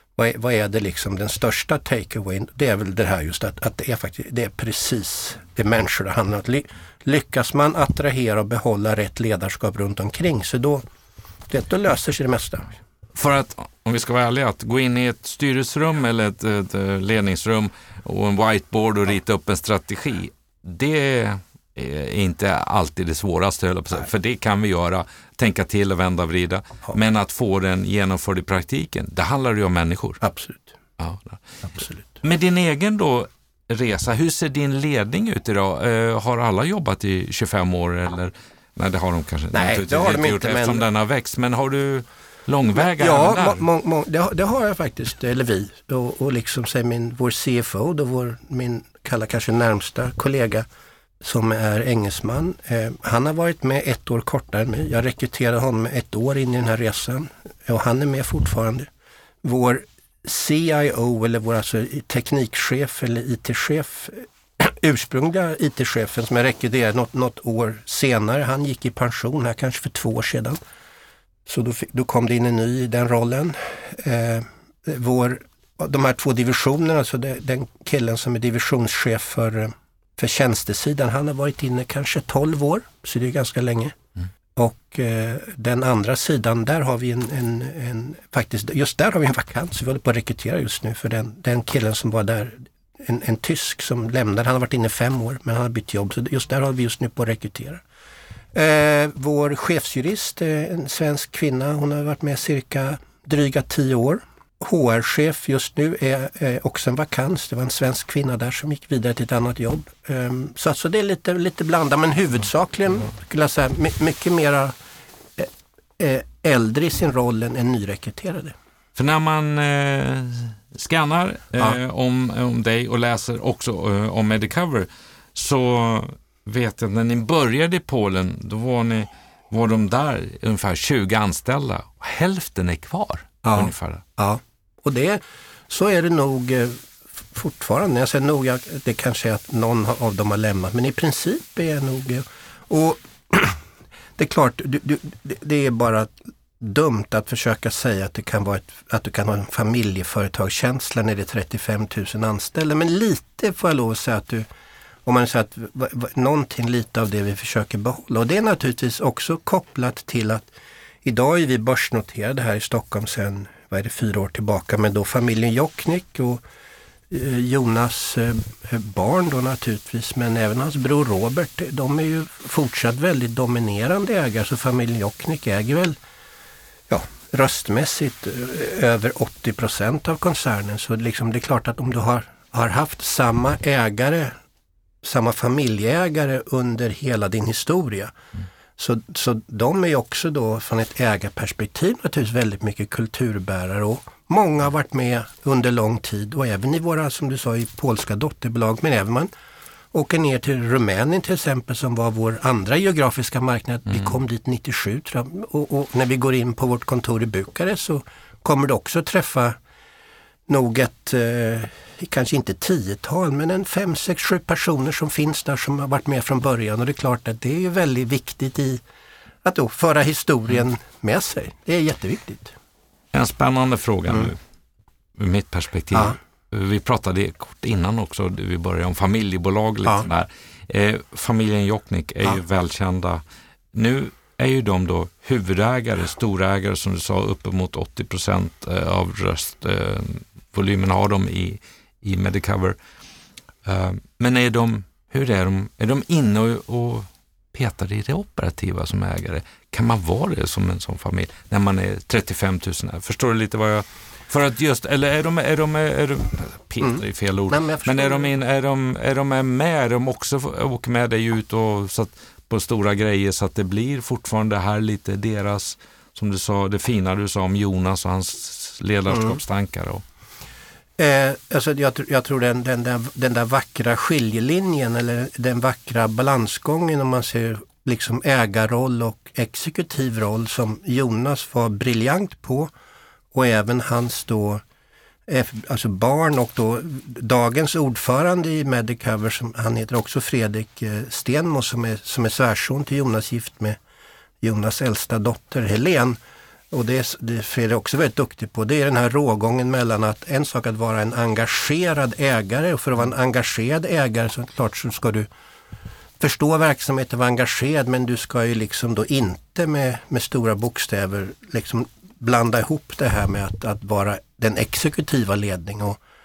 vad är det liksom den största takeawayn? Det är väl det här just att det är precis det människor det handlar om. Lyckas man attrahera och behålla rätt ledarskap runt omkring, så då löser sig det mesta. För att, om vi ska vara ärliga, att gå in i ett styrelserum eller ett ledningsrum och en whiteboard och rita upp en strategi, det är inte alltid det svåraste, för det kan vi göra, tänka till och vända och vrida. Ja. Men att få den genomförd i praktiken, det handlar ju om människor. Absolut. Ja. Absolut. Med din egen då resa, hur ser din ledning ut idag? Har alla jobbat i 25 år eller? Nej, det har de kanske det har de inte, eftersom den har växt. Men har du långväga även där? Det har jag faktiskt, eller vi. Och liksom säger vår CFO, då min kanske närmsta kollega som är engelsman. Han har varit med 1 år kortare än mig. Jag rekryterade honom 1 år in i den här resan. Och han är med fortfarande. Vår CIO, eller vår teknikchef eller IT-chef, ursprungliga IT-chefen som jag rekryterade något år senare, han gick i pension här kanske för 2 år sedan. Så då kom det in en ny i den rollen. De här 2 divisionerna, så den killen som är divisionschef för tjänstesidan, han har varit inne kanske 12 år, så det är ganska länge. Och den andra sidan, där har vi faktiskt, just där har vi en vakans. Vi håller på att rekrytera just nu för den killen som var där, en tysk som lämnade. Han har varit inne 5 år, men han har bytt jobb. Så just där har vi just nu på att rekrytera. Vår chefsjurist, en svensk kvinna, hon har varit med cirka dryga 10 år. HR-chef just nu är också en vakans. Det var en svensk kvinna där som gick vidare till ett annat jobb. Så alltså det är lite blandat, men huvudsakligen skulle jag säga mycket mera äldre i sin roll än nyrekryterade. För när man skannar om dig och läser också om Medicover, så vet jag att när ni började i Polen, då var de där ungefär 20 anställda. Och hälften är kvar ungefär. Ja. Och så är det nog fortfarande. Jag säger nog att det kanske är att någon av dem har lämnat, men i princip är det nog. Och det är klart, det är bara dumt att försöka säga att det kan vara att du kan ha en familjeföretagskänsla när det är 35 000 anställda, men lite får jag lov att säga att om man säger att någonting lite av det vi försöker behålla. Och det är naturligtvis också kopplat till att idag är vi börsnoterade här i Stockholm sedan 4 år tillbaka, men då familjen Jocknick och Jonas barn då naturligtvis, men även hans bror Robert, de är ju fortsatt väldigt dominerande ägare, så familjen Jocknick äger väl röstmässigt över 80% av koncernen. Så liksom det är klart att om du har haft samma familjeägare under hela din historia, så de är också då från ett ägarperspektiv naturligtvis väldigt mycket kulturbärare, och många har varit med under lång tid, och även i våra, som du sa, i polska dotterbolag, men även man åker ner till Rumänien till exempel, som var vår andra geografiska marknad. Vi kom dit 97 tror jag, och när vi går in på vårt kontor i Bukarest så kommer du också träffa nog ett, kanske inte 10-tal, men en 5, 6, 7 personer som finns där som har varit med från början, och det är klart att det är väldigt viktigt i att då föra historien med sig. Det är jätteviktigt. En spännande fråga nu, ur mitt perspektiv. Ja. Vi pratade kort innan också, vi började om familjebolag lite sådär. Familjen Jocknick är ju välkända. Nu är ju de då huvudägare, storägare som du sa, uppemot 80% av röstvolymen har de i Medicover. Men är de inne och petar i det operativa som ägare? Kan man vara det som en sån familj när man är 35 000? Förstår du lite vad jag... För att just, eller är de Peter i fel ord. Men är de med? Är de också åker med dig ut och så att, på stora grejer, så att det blir fortfarande här lite deras, som du sa, det fina du sa om Jonas och hans ledarskapstankar och... Alltså jag tror den där vackra skiljelinjen, eller den vackra balansgången, om man ser liksom ägarroll och exekutiv roll, som Jonas var briljant på, och även hans då alltså barn, och då dagens ordförande i Medicover, som han heter också Fredrik Stenmo, som är svärson till Jonas, gift med Jonas äldsta dotter Helen. och det är Fredrik också väldigt duktig på, det är den här rågången mellan att en sak att vara en engagerad ägare, och för att vara en engagerad ägare så klart så ska du förstå verksamheten och vara engagerad, men du ska ju liksom då inte med stora bokstäver liksom blanda ihop det här med att vara den exekutiva ledning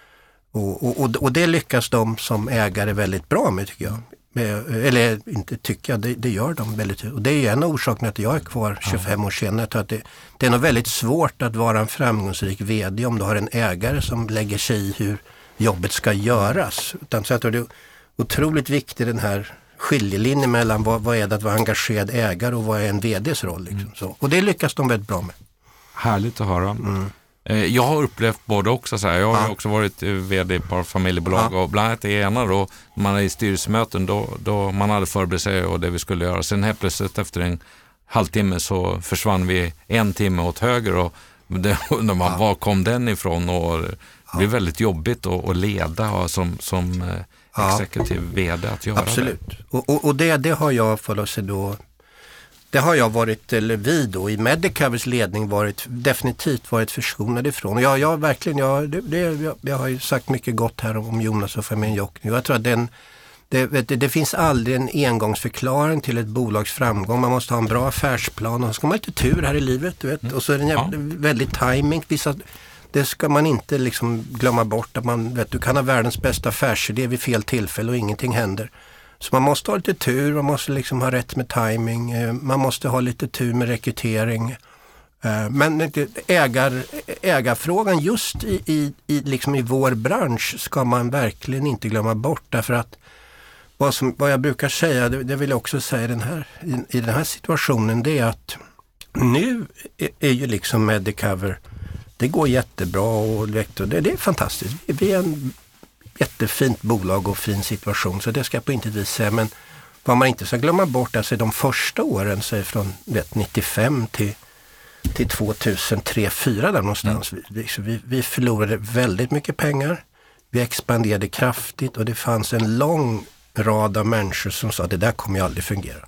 och det lyckas de som ägare väldigt bra med, tycker jag. Eller inte tycker jag, det gör de väldigt. Och det är ju en av orsakerna att jag är kvar 25 år senare. Jag tror att det är nog väldigt svårt att vara en framgångsrik vd om du har en ägare som lägger sig i hur jobbet ska göras. Utan så jag tror det är otroligt viktigt, den här skiljelinjen mellan vad är det att vara engagerad ägare och vad är en vd:s roll. Liksom. Så. Och det lyckas de väldigt bra med. Härligt att höra. Jag har upplevt både också så här. Jag har också varit vd i ett par familjebolag och bland annat det ena då, man är i styrelsemöten då man hade förberett sig och det vi skulle göra. Sen helt plötsligt efter en halvtimme så försvann vi 1 timme åt höger och det undrar man var kom den ifrån, och det blir väldigt jobbigt att leda som exekutiv vd att göra. Absolut. Och det har jag för sig då. Det har jag varit, eller vi då, i Medicovers ledning definitivt varit förskonad ifrån. Och jag har ju sagt mycket gott här om Jonas och familjen Jockning. Jag tror att det finns aldrig en engångsförklaring till ett bolags framgång. Man måste ha en bra affärsplan och så ska man lite tur här i livet, du vet. Och så är det väldigt timing. Det ska man inte liksom glömma bort, att du kan ha världens bästa affärsidé vid fel tillfälle och ingenting händer. Så man måste ha lite tur, man måste liksom ha rätt med timing, man måste ha lite tur med rekrytering. Men ägarfrågan just liksom i vår bransch ska man verkligen inte glömma bort, därför att vad jag brukar säga, det vill jag också säga i den här situationen, det är att nu är ju liksom Medicover, det går jättebra och det är fantastiskt. Vi är en jättefint bolag och fin situation, så det ska jag på intet vis säga, men vad man inte ska glömma bort, alltså de första åren, så är från 95 till 2003-2004 där någonstans, vi förlorade väldigt mycket pengar, vi expanderade kraftigt och det fanns en lång rad av människor som sa det där kommer ju aldrig fungera.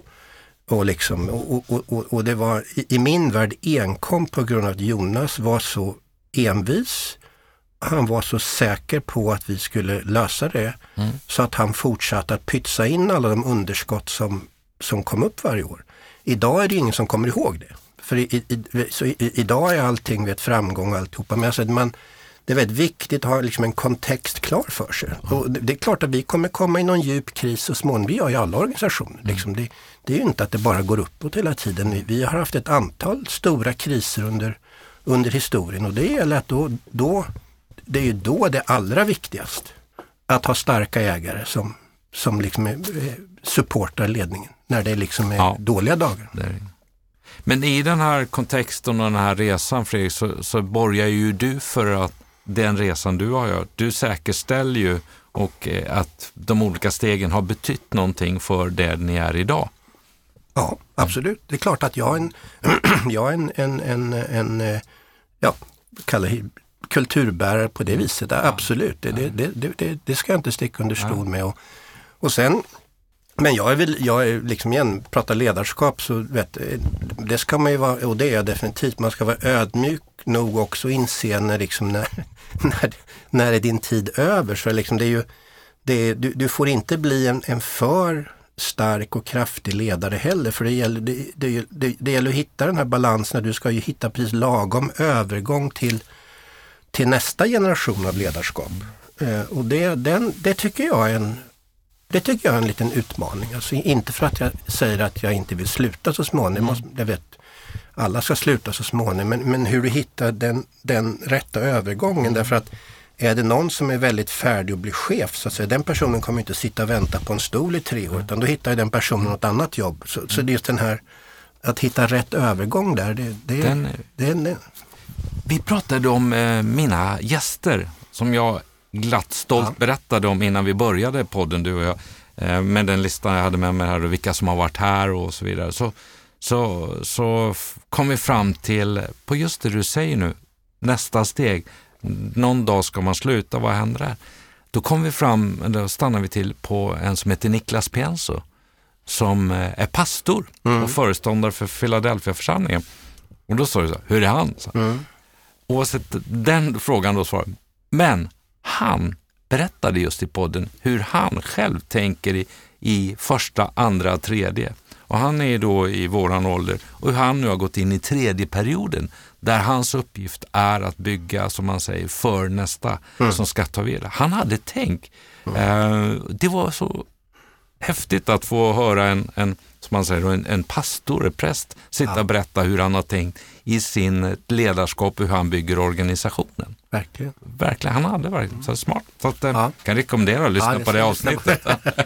Och det var i min värld enkom på grund av att Jonas var så envis. Han var så säker på att vi skulle lösa det så att han fortsatte att pytsa in alla de underskott som kom upp varje år. Idag är det ingen som kommer ihåg det. För idag är allting framgång och alltihopa. Men alltså, det är väldigt viktigt att ha liksom en kontext klar för sig. Och det är klart att vi kommer komma i någon djup kris så småningom. Vi har ju alla organisationer. Liksom. Det är ju inte att det bara går uppåt hela tiden. Vi har haft ett antal stora kriser under historien. Och det gäller att det är ju då det allra viktigast att ha starka ägare som liksom supportar ledningen när det liksom är dåliga dagar. Men i den här kontexten och den här resan, Fredrik, så borgar ju du för att den resan du har gjort, du säkerställer ju och att de olika stegen har betytt någonting för det ni är idag. Ja, absolut. Det är klart att jag är en kallar kulturbärare på det viset. Absolut. Det ska jag inte sticka under stol med. Och sen, men jag är liksom igen, pratar ledarskap, så det ska man ju vara, och det är jag definitivt. Man ska vara ödmjuk nog också, inse när är din tid över. Så liksom du får inte bli en för stark och kraftig ledare heller, för det gäller att hitta den här balansen. Du ska ju hitta precis lagom övergång till nästa generation av ledarskap. Och det tycker jag är en liten utmaning. Alltså inte för att jag säger att jag inte vill sluta så småningom. Jag vet, alla ska sluta så småningom. Men hur du hittar den rätta övergången. Därför att är det någon som är väldigt färdig att bli chef, så att säga, den personen kommer inte sitta och vänta på en stol i 3 år, utan då hittar den personen något annat jobb. Så det är just den här, att hitta rätt övergång där, Vi pratade om mina gäster som jag glatt stolt berättade om innan vi började podden, du och jag, med den listan jag hade med mig här och vilka som har varit här och så vidare. Så kom vi fram till, på just det du säger nu, nästa steg. Någon dag ska man sluta, vad händer där? Då stannar vi till på en som heter Niklas Pienso, som är pastor och föreståndare för Philadelphia-församlingen. Och då sa du så här, hur är han? Oavsett den frågan då svarade, men han berättade just i podden hur han själv tänker i första, andra, tredje. Och han är då i våran ålder och hur han nu har gått in i tredje perioden där hans uppgift är att bygga, som man säger, för nästa som ska ta vid. Han hade tänkt. Det var så häftigt att få höra en som man säger, en pastor, en präst sitta och berätta hur han har tänkt i sin ledarskap, hur han bygger organisationen. Verkligen, han hade verkligen så smart. Så att, kan rekommendera att lyssna på det avsnittet.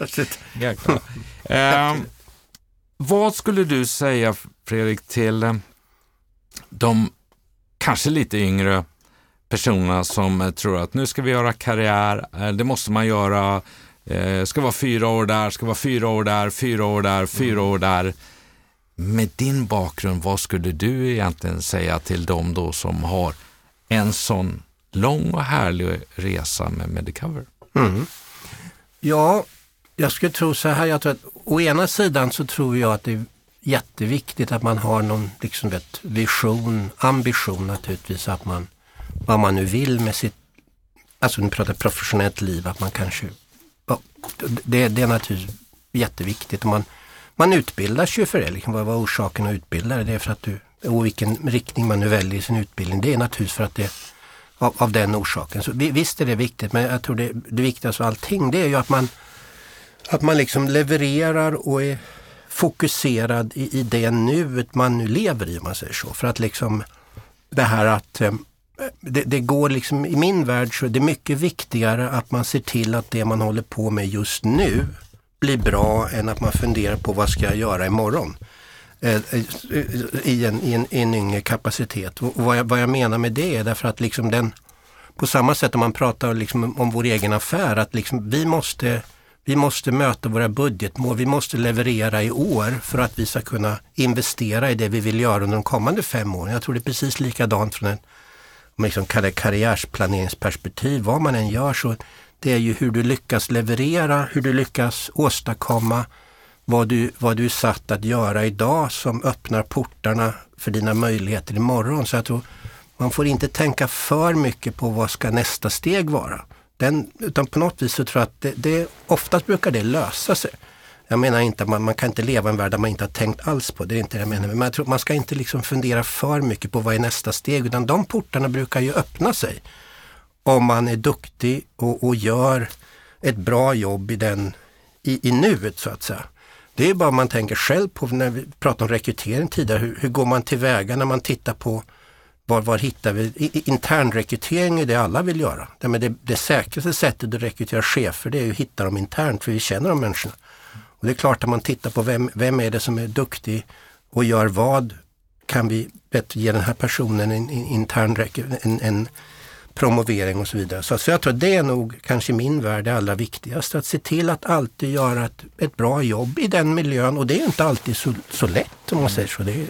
Vad skulle du säga, Fredrik, till de kanske lite yngre personerna som tror att nu ska vi göra karriär, det måste man göra, ska vara 4 år där, ska vara 4 år där, 4 år där, 4 år där. Med din bakgrund, vad skulle du egentligen säga till dem då som har en sån lång och härlig resa med Medicover? Ja, jag skulle tro så här, jag tror att å ena sidan så tror jag att det är jätteviktigt att man har någon liksom vision, ambition naturligtvis, att man, vad man nu vill med sitt, alltså nu pratar professionellt liv, att man kanske, det är naturligtvis jätteviktigt. Man utbildar sig för det, liksom, vad var orsaken att utbilda det? Det är för att och vilken riktning man nu väljer i sin utbildning, det är naturligtvis för att det av den orsaken. Så visst är det viktigt, men jag tror det viktigaste av allting, det är ju att man liksom levererar och är fokuserad i det nuet man nu lever i, om man säger så. För att liksom det här att det går liksom, i min värld så är det mycket viktigare att man ser till att det man håller på med just nu blir bra än att man funderar på vad ska jag göra imorgon i en yngre kapacitet. Och vad jag menar med det är därför att liksom på samma sätt om man pratar liksom om vår egen affär, att liksom vi måste möta våra budgetmål, vi måste leverera i år för att vi ska kunna investera i det vi vill göra under de kommande 5 åren. Jag tror det är precis likadant från om liksom karriärsplaneringsperspektiv. Vad man än gör, så det är ju hur du lyckas leverera, hur du lyckas åstadkomma vad du är satt att göra idag som öppnar portarna för dina möjligheter imorgon. Så jag tror man får inte tänka för mycket på vad ska nästa steg vara. Utan på något vis så tror jag att det oftast brukar det lösa sig. Jag menar inte att man kan inte leva i en värld där man inte har tänkt alls på. Det är inte det jag menar. Men jag tror man ska inte liksom fundera för mycket på vad är nästa steg. Utan de portarna brukar ju öppna sig. Om man är duktig och gör ett bra jobb i nuet, så att säga. Det är bara man tänker själv på när vi pratade om rekrytering tidigare. Hur går man tillväga när man tittar på var hittar vi internrekrytering? Är det alla vill göra. Det säkraste sättet att rekrytera chefer, det är ju att hitta dem internt, för vi känner de människorna. Och det är klart att man tittar på vem är det som är duktig och gör vad, kan vi ge den här personen en promovering och så vidare. Så jag tror att det är nog kanske i min värld det allra viktigaste, att se till att alltid göra ett bra jobb i den miljön, och det är ju inte alltid så lätt om man säger så. Det är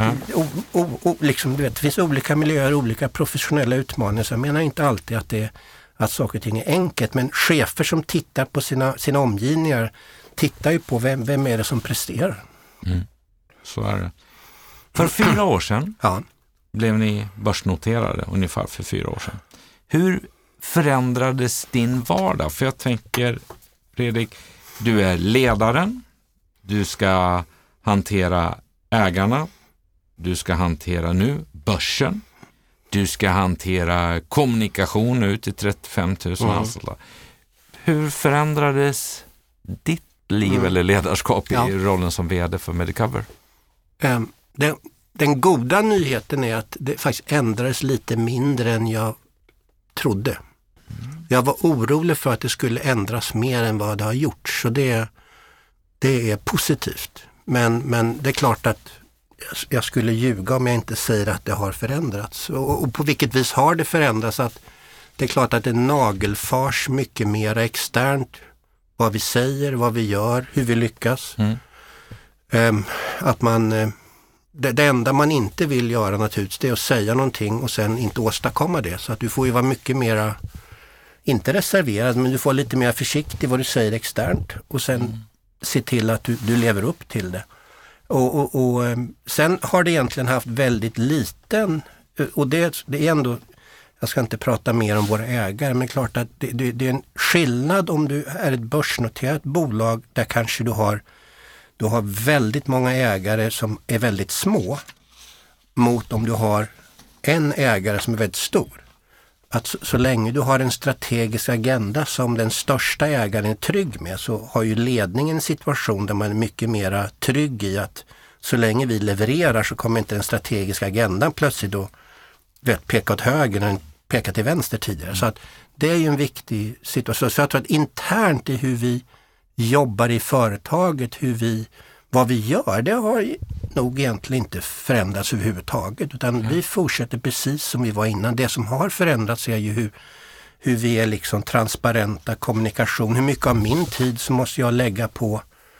liksom, du vet, det finns olika miljöer, olika professionella utmaningar, så jag menar inte alltid att saker och ting är enkelt, men chefer som tittar på sina omgivningar tittar ju på vem är det som presterar. Så är det. För 4 år sedan blev ni börsnoterade, ungefär för 4 år sedan. Hur förändrades din vardag? För jag tänker, Fredrik, du är ledaren, du ska hantera ägarna, du ska hantera nu börsen, du ska hantera kommunikation ut till 35 000 anställda. Hur förändrades ditt liv eller ledarskap i rollen som vd för Medicover? Den goda nyheten är att det faktiskt ändrades lite mindre än jag trodde. Jag var orolig för att det skulle ändras mer än vad det har gjort, så det är positivt. Men det är klart att jag skulle ljuga om jag inte säger att det har förändrats. Och på vilket vis har det förändrats? Att det är klart att det nagelfars mycket mer externt vad vi säger, vad vi gör, hur vi lyckas. Att det enda man inte vill göra naturligtvis, det är att säga någonting och sen inte åstadkomma det. Så att du får ju vara mycket mera, inte reserverad, men du får lite mer försiktig vad du säger externt och sen se till att du lever upp till det. Och sen har det egentligen haft väldigt liten, och det är ändå, jag ska inte prata mer om våra ägare, men klart att det är en skillnad om du är ett börsnoterat bolag där kanske du har väldigt många ägare som är väldigt små, mot om du har en ägare som är väldigt stor. Att så länge du har en strategisk agenda som den största ägaren är trygg med, så har ju ledningen en situation där man är mycket mera trygg i att så länge vi levererar så kommer inte den strategiska agendan plötsligt då peka åt höger när den pekar till vänster tidigare. Så att det är ju en viktig situation. Så jag tror att internt i hur vi jobbar i företaget, vad vi gör, det har nog egentligen inte förändrats överhuvudtaget, utan vi fortsätter precis som vi var innan. Det som har förändrats är ju hur vi är liksom transparenta, kommunikation. Hur mycket av min tid så måste jag lägga på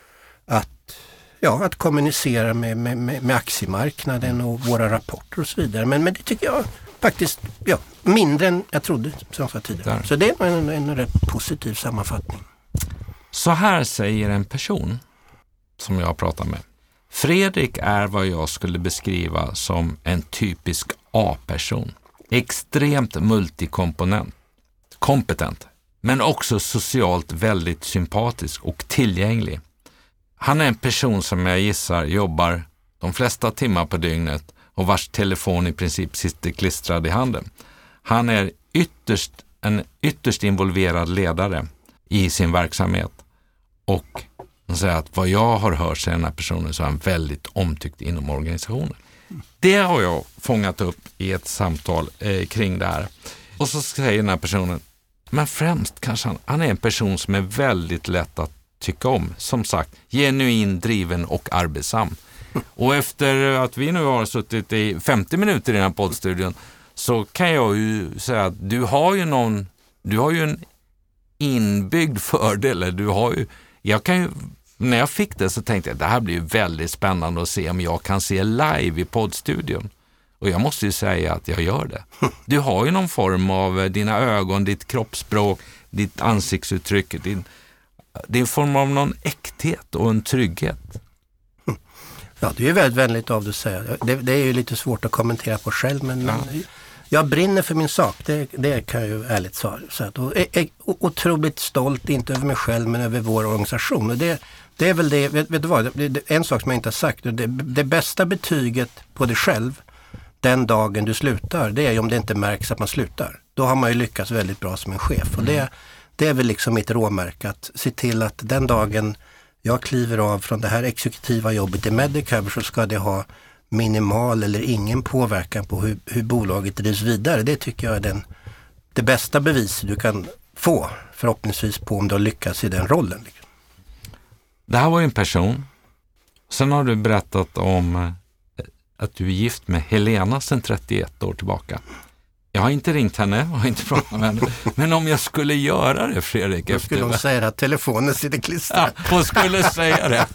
att kommunicera med aktiemarknaden och våra rapporter och så vidare. Men det tycker jag faktiskt mindre än jag trodde som jag sa tidigare. Så det är en rätt positiv sammanfattning. Så här säger en person som jag pratar med. Fredrik är vad jag skulle beskriva som en typisk A-person. Extremt kompetent, men också socialt väldigt sympatisk och tillgänglig. Han är en person som jag gissar jobbar de flesta timmar på dygnet och vars telefon i princip sitter klistrad i handen. Han är en ytterst involverad ledare i sin verksamhet, och man säger att vad jag har hört sig den här personen så är han väldigt omtyckt inom organisationen. Det har jag fångat upp i ett samtal kring det här. Och så säger den här personen, men främst kanske han är en person som är väldigt lätt att tycka om. Som sagt, genuin, driven och arbetsam. Och efter att vi nu har suttit i 50 minuter i den här poddstudion, så kan jag ju säga att du har ju en inbyggd fördel. När jag fick det så tänkte jag att det här blir ju väldigt spännande att se om jag kan se live i poddstudion. Och jag måste ju säga att jag gör det. Du har ju någon form av dina ögon, ditt kroppsspråk, ditt ansiktsuttryck, det är en form av någon äkthet och en trygghet. Ja, det är ju väldigt vänligt av dig att säga. Det är ju lite svårt att kommentera på själv, men jag brinner för min sak. Det kan jag ju ärligt säga. Och är otroligt stolt, inte över mig själv, men över vår organisation. Och det är väl det, vet du vad, det är en sak som jag inte har sagt. Det bästa betyget på dig själv den dagen du slutar, det är ju om det inte märks att man slutar. Då har man ju lyckats väldigt bra som en chef. Och det är väl liksom mitt råmärke, att se till att den dagen jag kliver av från det här exekutiva jobbet i Medicover, så ska det ha minimal eller ingen påverkan på hur bolaget drivs vidare. Det tycker jag är det bästa beviset du kan få, förhoppningsvis, på om du har lyckats i den rollen. Det här var ju en person. Sen har du berättat om att du är gift med Helena sedan 31 år tillbaka. Jag har inte ringt henne, jag har inte pratat med henne. Men om jag skulle göra det, Fredrik... Då skulle hon säga att telefonen sitter klistrad. Ja, hon skulle säga det.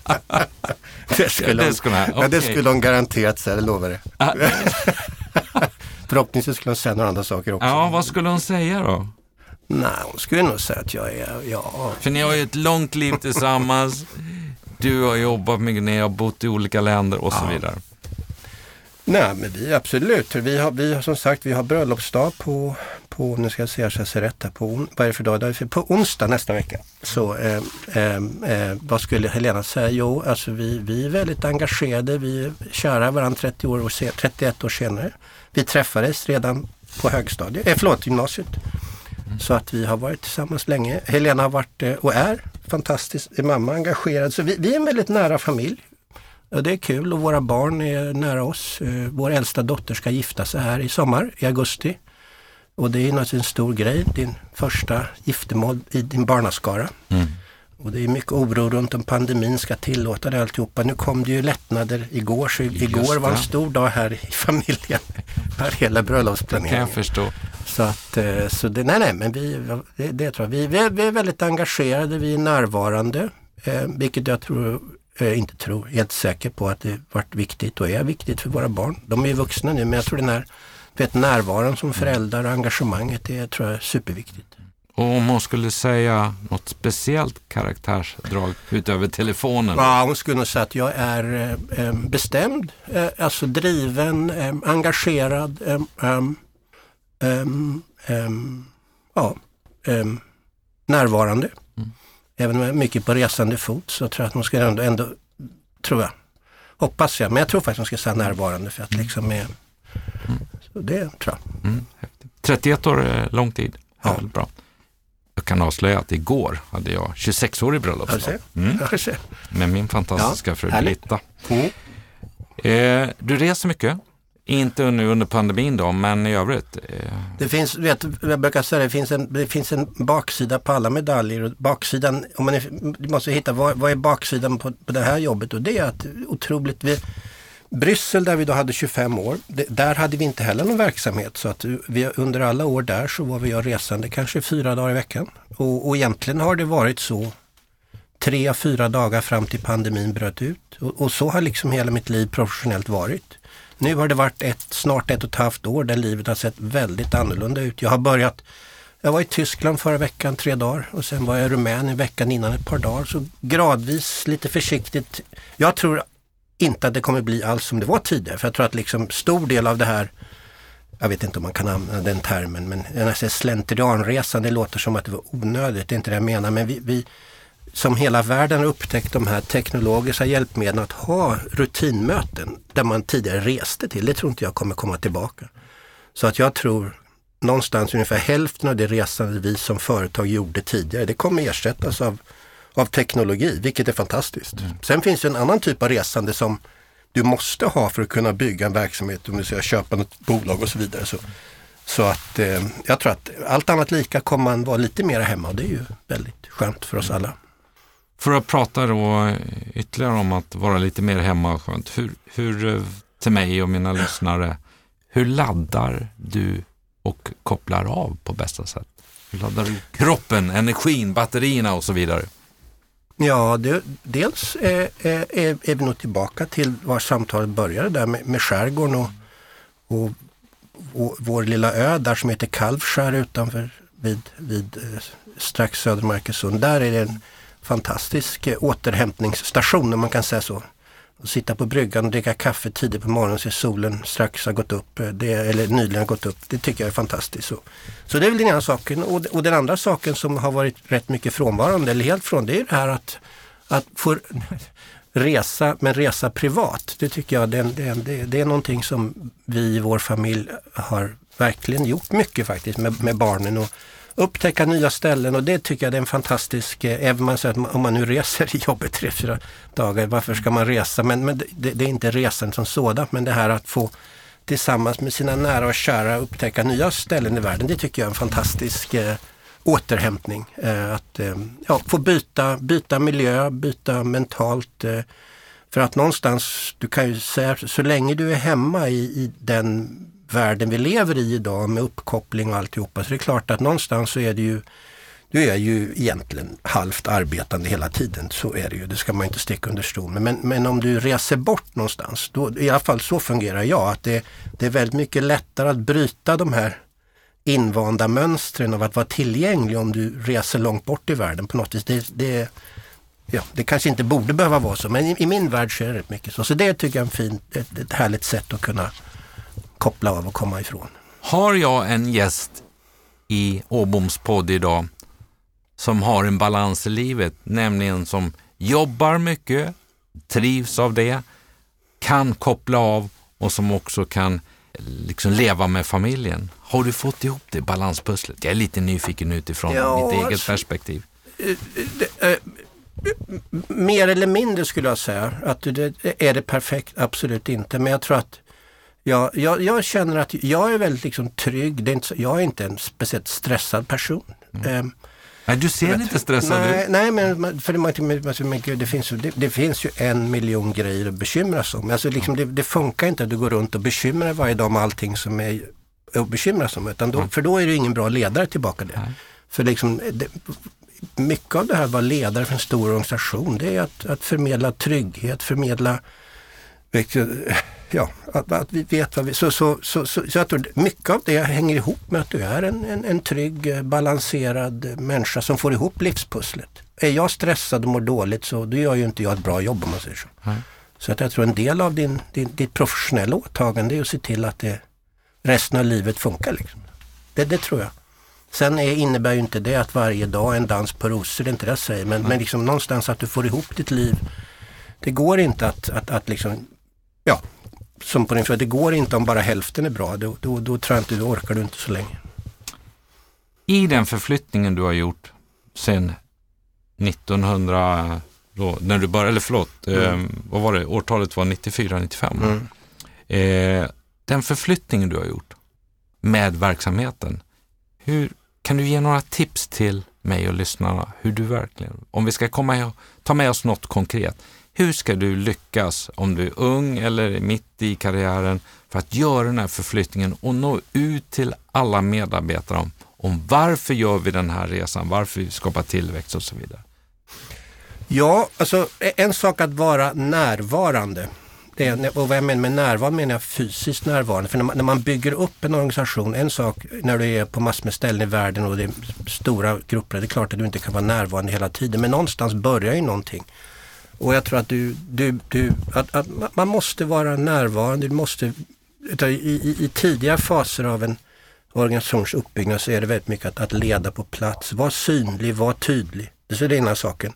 Det skulle hon garanterat säga, det lovar det. Förhoppningsvis skulle hon säga några andra saker också. Ja, vad skulle hon säga då? Nej, hon skulle nog säga att jag är... Ja. För ni har ju ett långt liv tillsammans. Du har jobbat mycket, ni har bott i olika länder och så vidare. Nej, men vi absolut. Vi har som sagt, vi har bröllopsdag på nu ska jag se, jag ser rätt här, vad är det för dag? På onsdag nästa vecka. Så vad skulle Helena säga? Jo, alltså vi är väldigt engagerade. Vi är kära varandra 31 år senare. Vi träffades redan på högstadiet, gymnasiet. Så att vi har varit tillsammans länge. Helena har varit och är fantastisk, är mamma, engagerad. Så vi är en väldigt nära familj. Ja, det är kul, och våra barn är nära oss. Vår äldsta dotter ska gifta sig här i sommar, i augusti. Och det är naturligtvis en stor grej, din första giftermål i din barnaskara. Och det är mycket oro runt om pandemin ska tillåta det alltihopa. Nu kom det ju lättnader igår, så igår var en stor dag här i familjen. Här hela bröllopsplaneringen. Kan jag förstå. Så det, nej, men det tror jag. Vi är väldigt engagerade, vi är närvarande. Vilket jag helt säker på att det varit viktigt och är viktigt för våra barn. De är ju vuxna nu, men jag tror den här närvaron som föräldrar och engagemanget, det tror jag är superviktigt. Och om hon skulle säga något speciellt karaktärsdrag utöver telefonen? Ja, hon skulle nog säga att jag är bestämd, alltså driven, engagerad, närvarande. Även om jag är mycket på resande fot så tror jag att hon ska ändå tror jag, hoppas jag, men jag tror faktiskt hon ska säga närvarande för att liksom är, så det tror jag. 31 år är lång tid. Ja. Väldigt bra. Jag kan avslöja att igår hade jag 26-årig bröllopsdag. Med min fantastiska fru Britta. Du reser mycket. Inte nu under pandemin då, men i övrigt. Det finns, jag brukar säga det finns en baksida på alla medaljer. Och baksidan, du måste hitta vad är baksidan på det här jobbet, och det är att otroligt Bryssel där vi då hade 25 år, där hade vi inte heller någon verksamhet, så att vi under alla år där så var vi resande kanske 4 dagar i veckan. Och egentligen har det varit så 3-4 dagar fram till pandemin bröt ut. Och så har liksom hela mitt liv professionellt varit. Nu har det varit snart 1,5 år där livet har sett väldigt annorlunda ut. Jag var i Tyskland förra veckan 3 dagar och sen var jag i Rumänien veckan innan ett par dagar. Så gradvis, lite försiktigt. Jag tror inte att det kommer bli alls som det var tidigare. För jag tror att liksom stor del av det här, jag vet inte om man kan använda den termen, men den här slentrianresan, det låter som att det var onödigt. Det är inte det jag menar, men vi som hela världen har upptäckt de här teknologiska hjälpmedlen att ha rutinmöten där man tidigare reste till. Det tror inte jag kommer komma tillbaka. Så att jag tror någonstans ungefär hälften av det resande vi som företag gjorde tidigare, det kommer ersättas av teknologi, vilket är fantastiskt. Sen finns det en annan typ av resande som du måste ha för att kunna bygga en verksamhet, om du ska köpa något bolag och så vidare. Så att jag tror att allt annat lika kommer man vara lite mer hemma, och det är ju väldigt skönt för oss alla. För att prata då ytterligare om att vara lite mer hemma och skönt. Hur till mig och mina lyssnare, hur laddar du och kopplar av på bästa sätt? Hur laddar du kroppen, energin, batterierna och så vidare? Ja, dels är vi nog tillbaka till var samtalet började där med skärgården och vår lilla ö där som heter Kalvskär utanför vid strax söder om Markesund. Där är det en fantastisk återhämtningsstation, om man kan säga så. Och sitta på bryggan och dricka kaffe tidigt på morgonen så solen strax har gått upp, eller nyligen har gått upp. Det tycker jag är fantastiskt. Så det är väl den ena saken. Och den andra saken som har varit rätt mycket frånvarande, eller helt från, det är det här att få resa, men resa privat. Det tycker jag det är någonting som vi i vår familj har verkligen gjort mycket faktiskt med barnen, och upptäcka nya ställen, och det tycker jag är en fantastisk, även man säger att om man nu reser i jobbet 3-4 dagar, varför ska man resa? Men det är inte resan som sådant, men det här att få tillsammans med sina nära och kära upptäcka nya ställen i världen, det tycker jag är en fantastisk återhämtning. Att få byta miljö, byta mentalt, för att någonstans, du kan ju säga, så länge du är hemma i den världen vi lever i idag med uppkoppling och alltihopa, så det är klart att någonstans så är det ju, du är ju egentligen halvt arbetande hela tiden, så är det ju, det ska man inte sticka under stol med. Men om du reser bort någonstans, då, i alla fall så fungerar jag, att det är väldigt mycket lättare att bryta de här invanda mönstren av att vara tillgänglig om du reser långt bort i världen på något vis. Det kanske inte borde behöva vara så, men i min värld så är det rätt mycket så. Så det tycker jag är ett härligt sätt att kunna koppla av och komma ifrån. Har jag en gäst i Åboms podd idag som har en balans i livet, nämligen som jobbar mycket, trivs av det, kan koppla av och som också kan liksom leva med familjen. Har du fått ihop det balanspusslet? Jag är lite nyfiken utifrån mitt eget perspektiv. Mer eller mindre skulle jag säga. Att är det perfekt? Absolut inte. Men jag tror att jag känner att jag är väldigt liksom trygg. Jag är inte en speciellt stressad person. Nej, du ser inte stressad ut. Nej, men för det finns ju 1 miljon grejer att bekymra sig om. Alltså liksom det funkar inte att du går runt och bekymrar varje dag om allting som är att bekymra sig om. Utan för då är du ingen bra ledare tillbaka det. Nej. För liksom, mycket av det här var ledare för en stor organisation. Det är att förmedla trygghet, förmedla Ja, att vi vet vad vi... Så jag tror mycket av det hänger ihop med att du är en trygg, balanserad människa som får ihop livspusslet. Är jag stressad och mår dåligt så då gör ju inte jag ett bra jobb, om man säger så. Mm. Så att jag tror en del av ditt professionella åtagande är att se till att resten av livet funkar. Liksom. Det tror jag. Sen innebär ju inte det att varje dag är en dans på rosor, det är inte det jag säger. Men liksom någonstans att du får ihop ditt liv. Det går inte att liksom... Ja, som på din fråga, det går inte om bara hälften är bra. Då tror jag inte, då orkar du inte så länge. I den förflyttningen du har gjort sen 1900, då, när du började, eller förlåt, vad var det? Årtalet var 94-95. Den förflyttningen du har gjort med verksamheten, kan du ge några tips till mig och lyssnarna hur du verkligen, om vi ska ta med oss något konkret, hur ska du lyckas om du är ung eller mitt i karriären för att göra den här förflyttningen och nå ut till alla medarbetare om varför gör vi den här resan, varför vi skapar tillväxt och så vidare? Ja, alltså en sak att vara närvarande. Och vad jag menar med närvarande menar jag fysiskt närvarande. För när man bygger upp en organisation, en sak när du är på massor med ställen i världen och det är stora grupper, det är klart att du inte kan vara närvarande hela tiden. Men någonstans börjar ju någonting. Och jag tror att att man måste vara närvarande. Du måste, i tidiga faser av en organisations uppbyggnad så är det väldigt mycket att leda på plats. Var synlig, var tydlig. Det är den ena saken.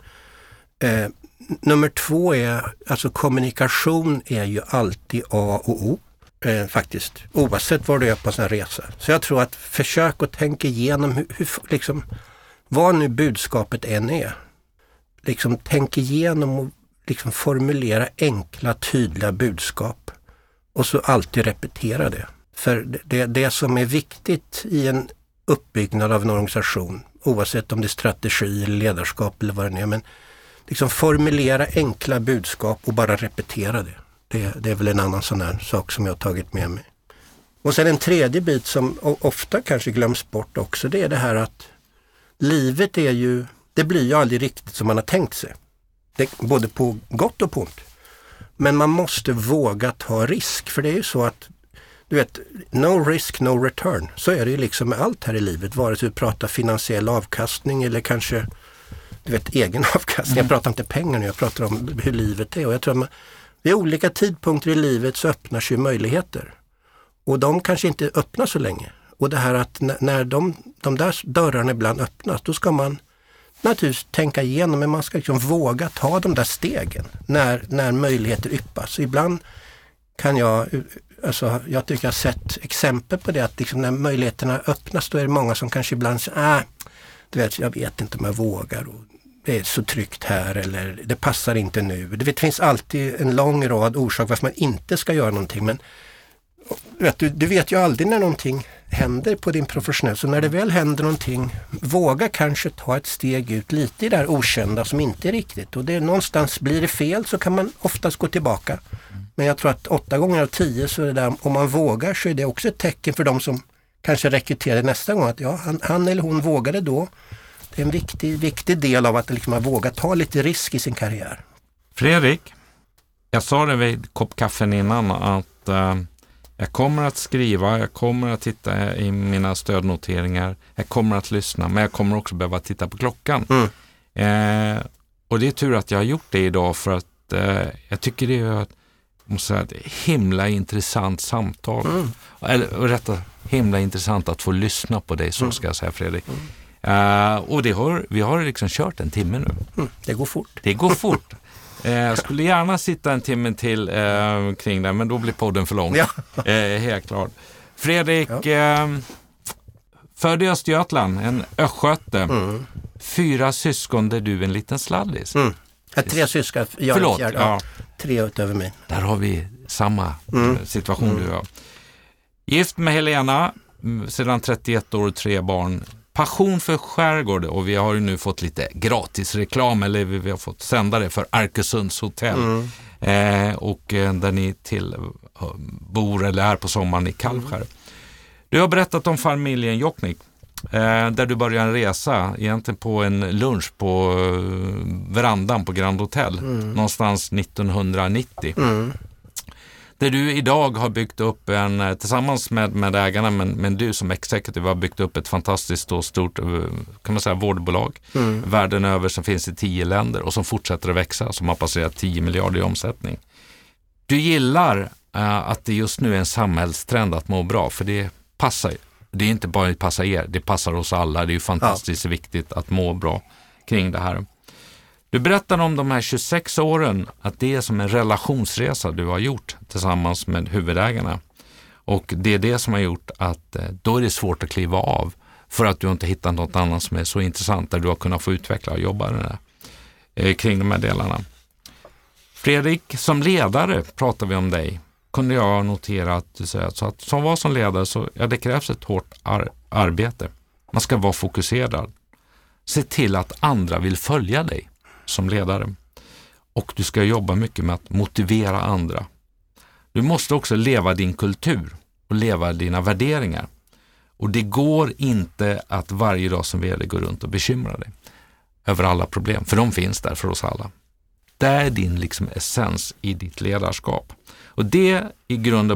Nummer 2 är, alltså kommunikation är ju alltid A och O. Faktiskt. Oavsett var du är på en sån här resa. Så jag tror att försök att tänka igenom hur liksom, vad nu budskapet än är. Liksom tänk igenom och liksom formulera enkla, tydliga budskap. Och så alltid repetera det. För det som är viktigt i en uppbyggnad av en organisation, oavsett om det är strategi eller ledarskap eller vad det är, men liksom formulera enkla budskap och bara repetera det. Det är väl en annan sån här sak som jag har tagit med mig. Och sen en tredje bit som ofta kanske glöms bort också, det är det här att livet är ju, det blir ju aldrig riktigt som man har tänkt sig. Både på gott och på ont. Men man måste våga ta risk, för det är ju så att du vet, no risk, no return. Så är det ju liksom med allt här i livet, vare sig du pratar finansiell avkastning eller kanske du vet, egen avkastning. Jag pratar inte pengar nu, jag pratar om hur livet är. Och jag tror att vid olika tidpunkter i livet så öppnar sig möjligheter. Och de kanske inte öppnar så länge. Och det här att när de där dörrarna ibland öppnas, då ska man naturligtvis tänka igenom, men man ska liksom våga ta de där stegen när möjligheter yppas. Så ibland kan jag tycker jag har sett exempel på det, att liksom när möjligheterna öppnas, då är det många som kanske ibland säger, jag vet inte om jag vågar, och det är så tryggt här, eller det passar inte nu. Det finns alltid en lång rad orsaker varför man inte ska göra någonting, men du vet ju aldrig när någonting händer på din professionell. Så när det väl händer någonting, våga kanske ta ett steg ut lite i det här okända som inte är riktigt. Och någonstans blir det fel så kan man oftast gå tillbaka. Men jag tror att 8 gånger av 10 så är det där, om man vågar så är det också ett tecken för de som kanske rekryterar nästa gång, att han eller hon vågade då. Det är en viktig del av att liksom våga ta lite risk i sin karriär. Fredrik, jag sa det vid koppkaffen innan att jag kommer att skriva, jag kommer att titta i mina stödnoteringar, jag kommer att lyssna, men jag kommer också behöva titta på klockan. Och det är tur att jag har gjort det idag, för att jag tycker det är ett himla intressant samtal. Eller himla intressant att få lyssna på dig, så ska jag säga, Fredrik. Och vi har liksom kört en timme nu. Det går fort. Det går fort. Jag skulle gärna sitta en timme till kring det, men då blir podden för lång. Ja. Helt klart. Fredrik, född i Östergötland, en östgöte. 4 syskon där du är en liten sladdis. 3 syskon. Förlåt. 3 utöver mig. Där har vi samma situation du har. Gift med Helena, sedan 31 år och 3 barn. Passion för skärgård, och vi har ju nu fått lite gratis reklam, eller vi har fått sända det för Arkösunds hotell. Och där ni bor eller är på sommaren i Kalvskär. Du har berättat om familjen Jocknick, där du började en resa egentligen på en lunch på verandan på Grand Hotel någonstans 1990. Där du idag har byggt upp tillsammans med ägarna, men du som executive har byggt upp ett fantastiskt och stort, kan man säga, vårdbolag världen över som finns i 10 länder och som fortsätter att växa, som har passerat 10 miljarder i omsättning. Du gillar att det just nu är en samhällstrend att må bra, för det passar. Det är inte bara passar er, det passar oss alla. Det är ju fantastiskt viktigt att må bra kring det här. Du berättar om de här 26 åren, att det är som en relationsresa du har gjort tillsammans med huvudägarna. Och det är det som har gjort att då är det svårt att kliva av, för att du inte hittat något annat som är så intressant där du har kunnat få utveckla och jobba kring de här delarna. Fredrik, som ledare pratar vi om dig. Kunde jag notera att du säger så att som var som ledare så det krävs ett hårt arbete. Man ska vara fokuserad. Se till att andra vill följa dig som ledare. Och du ska jobba mycket med att motivera andra. Du måste också leva din kultur och leva dina värderingar. Och det går inte att varje dag som vd gå runt och bekymra dig över alla problem, för de finns där för oss alla. Det är din liksom essens i ditt ledarskap. Och det i grund och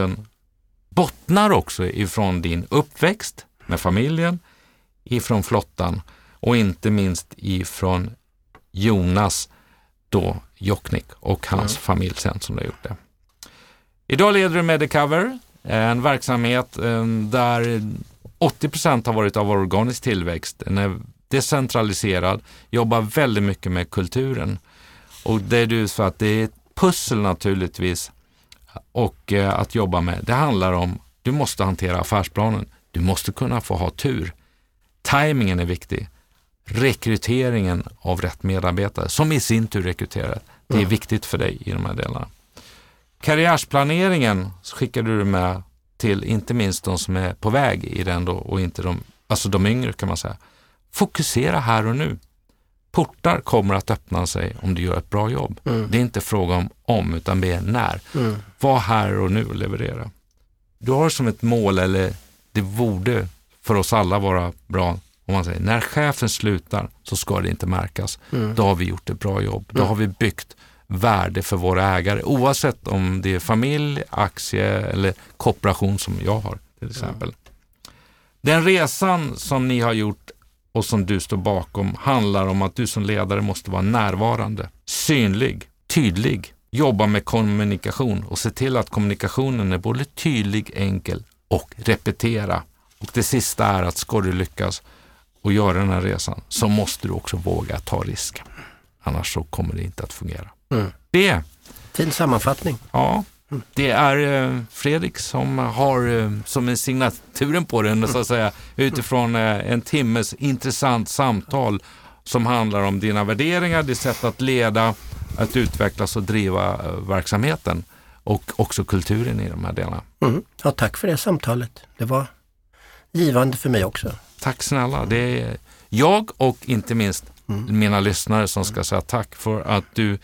bottnar också ifrån din uppväxt med familjen, ifrån flottan och inte minst ifrån Jonas då Jocknick och hans familj sen som har gjort det. Idag leder du Medicover, en verksamhet där 80% har varit av organisk tillväxt. Den är decentraliserad, jobbar väldigt mycket med kulturen. Och det är ju så att det är ett pussel naturligtvis och att jobba med. Det handlar om, du måste hantera affärsplanen. Du måste kunna få ha tur. Timingen är viktig. Rekryteringen av rätt medarbetare som i sin tur rekryterar. Det är viktigt för dig i de här delarna. Karriärsplaneringen skickar du med till inte minst de som är på väg i den då och inte de yngre kan man säga. Fokusera här och nu. Portar kommer att öppna sig om du gör ett bra jobb. Det är inte fråga om utan det är när. Var här och nu och leverera. Du har som ett mål, eller det borde för oss alla vara bra om man säger, när chefen slutar så ska det inte märkas. Då har vi gjort ett bra jobb. Då har vi byggt värde för våra ägare, oavsett om det är familj, aktie eller kooperation som jag har till exempel. Den resan som ni har gjort och som du står bakom handlar om att du som ledare måste vara närvarande, synlig, tydlig, jobba med kommunikation och se till att kommunikationen är både tydlig, enkel och repetera. Och det sista är att ska du lyckas och göra den här resan så måste du också våga ta risk. Annars så kommer det inte att fungera. Det. Fin sammanfattning. Ja, det är Fredrik som har som en signaturen på den så att säga, utifrån en timmes intressant samtal som handlar om dina värderingar, ditt sätt att leda, att utvecklas och driva verksamheten och också kulturen i de här delarna. Ja, tack för det samtalet. Det var givande för mig också. Tack snälla. Det är jag och inte minst mina lyssnare som ska säga tack för att du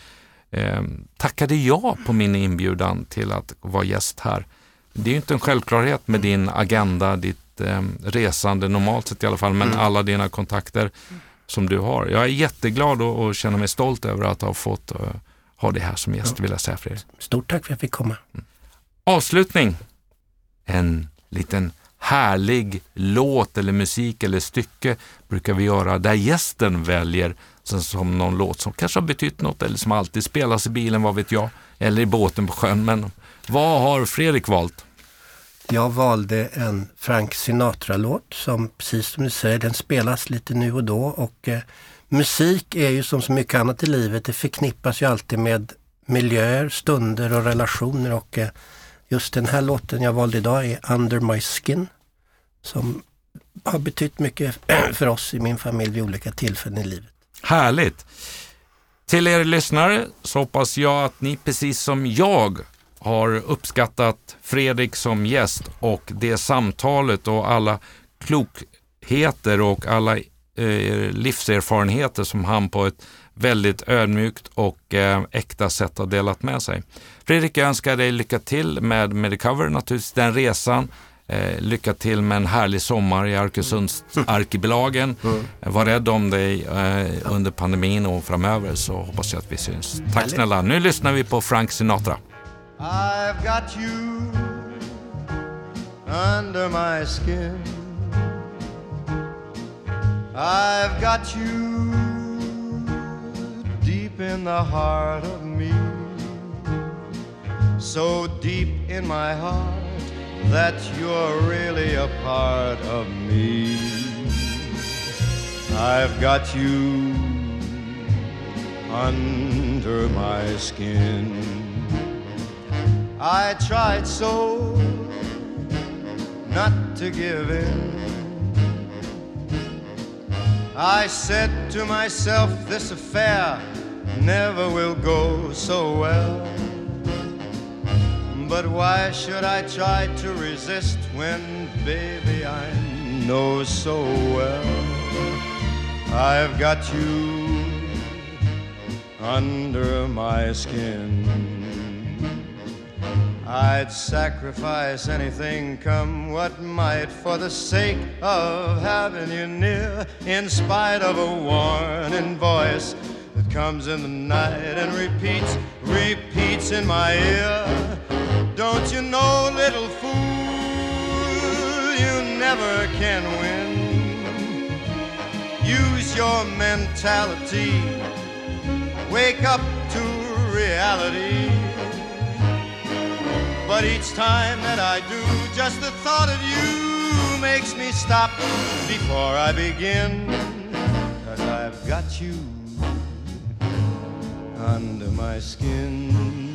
tackade ja på min inbjudan till att vara gäst här. Det är ju inte en självklarhet med din agenda, ditt resande normalt sett i alla fall, men alla dina kontakter som du har. Jag är jätteglad och känner mig stolt över att ha fått ha det här som gäst, vill jag säga för er. Stort tack för att jag fick komma. Avslutning. En liten härlig låt eller musik eller stycke brukar vi göra där gästen väljer som någon låt som kanske har betytt något eller som alltid spelas i bilen, vad vet jag, eller i båten på sjön. Men vad har Fredrik valt? Jag valde en Frank Sinatra-låt som, precis som du säger, den spelas lite nu och då och musik är ju som så mycket annat i livet, det förknippas ju alltid med miljöer, stunder och relationer och just den här låten jag valde idag är Under My Skin som har betytt mycket för oss i min familj vid olika tillfällen i livet. Härligt! Till er lyssnare så hoppas jag att ni precis som jag har uppskattat Fredrik som gäst och det samtalet och alla klokheter och alla livserfarenheter som han på ett väldigt ödmjukt och äkta sätt har delat med sig. Fredrik, jag önskar dig lycka till med Medicover, naturligtvis den resan. Lycka till med en härlig sommar i Arkösunds arkipelagen. Var rädd om dig under pandemin och framöver så hoppas jag att vi syns. Tack snälla. Nu lyssnar vi på Frank Sinatra. I've got you under my skin. I've got you deep in the heart of me, so deep in my heart that you're really a part of me. I've got you under my skin. I tried so not to give in. I said to myself, this affair never will go so well. But why should I try to resist when, baby, I know so well I've got you under my skin. I'd sacrifice anything, come what might, for the sake of having you near, in spite of a warning voice that comes in the night and repeats in my ear. Don't you know, little fool, you never can win. Use your mentality, wake up to reality. But each time that I do, just the thought of you makes me stop before I begin. 'Cause I've got you under my skin.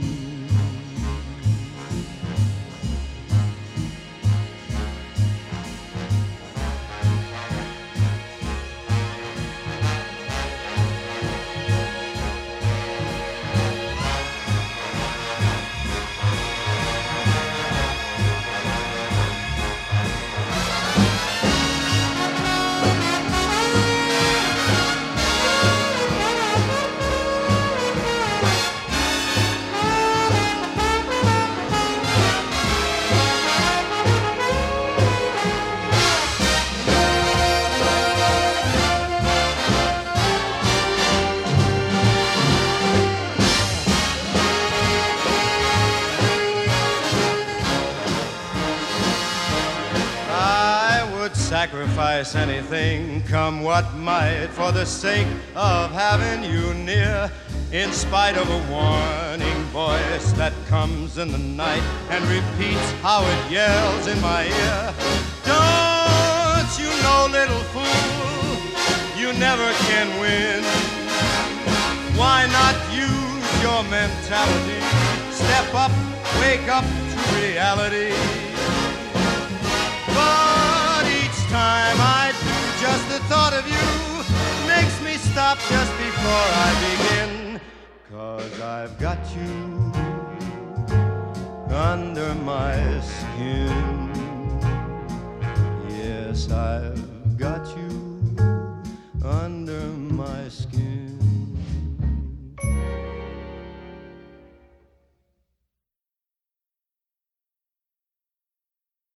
Sacrifice anything, come what might, for the sake of having you near, in spite of a warning voice that comes in the night and repeats how it yells in my ear. Don't you know, little fool, you never can win. Why not use your mentality? Step up, wake up to reality. But each time I do, just the thought of you makes me stop just before I begin. 'Cause I've got you under my skin. Yes, I've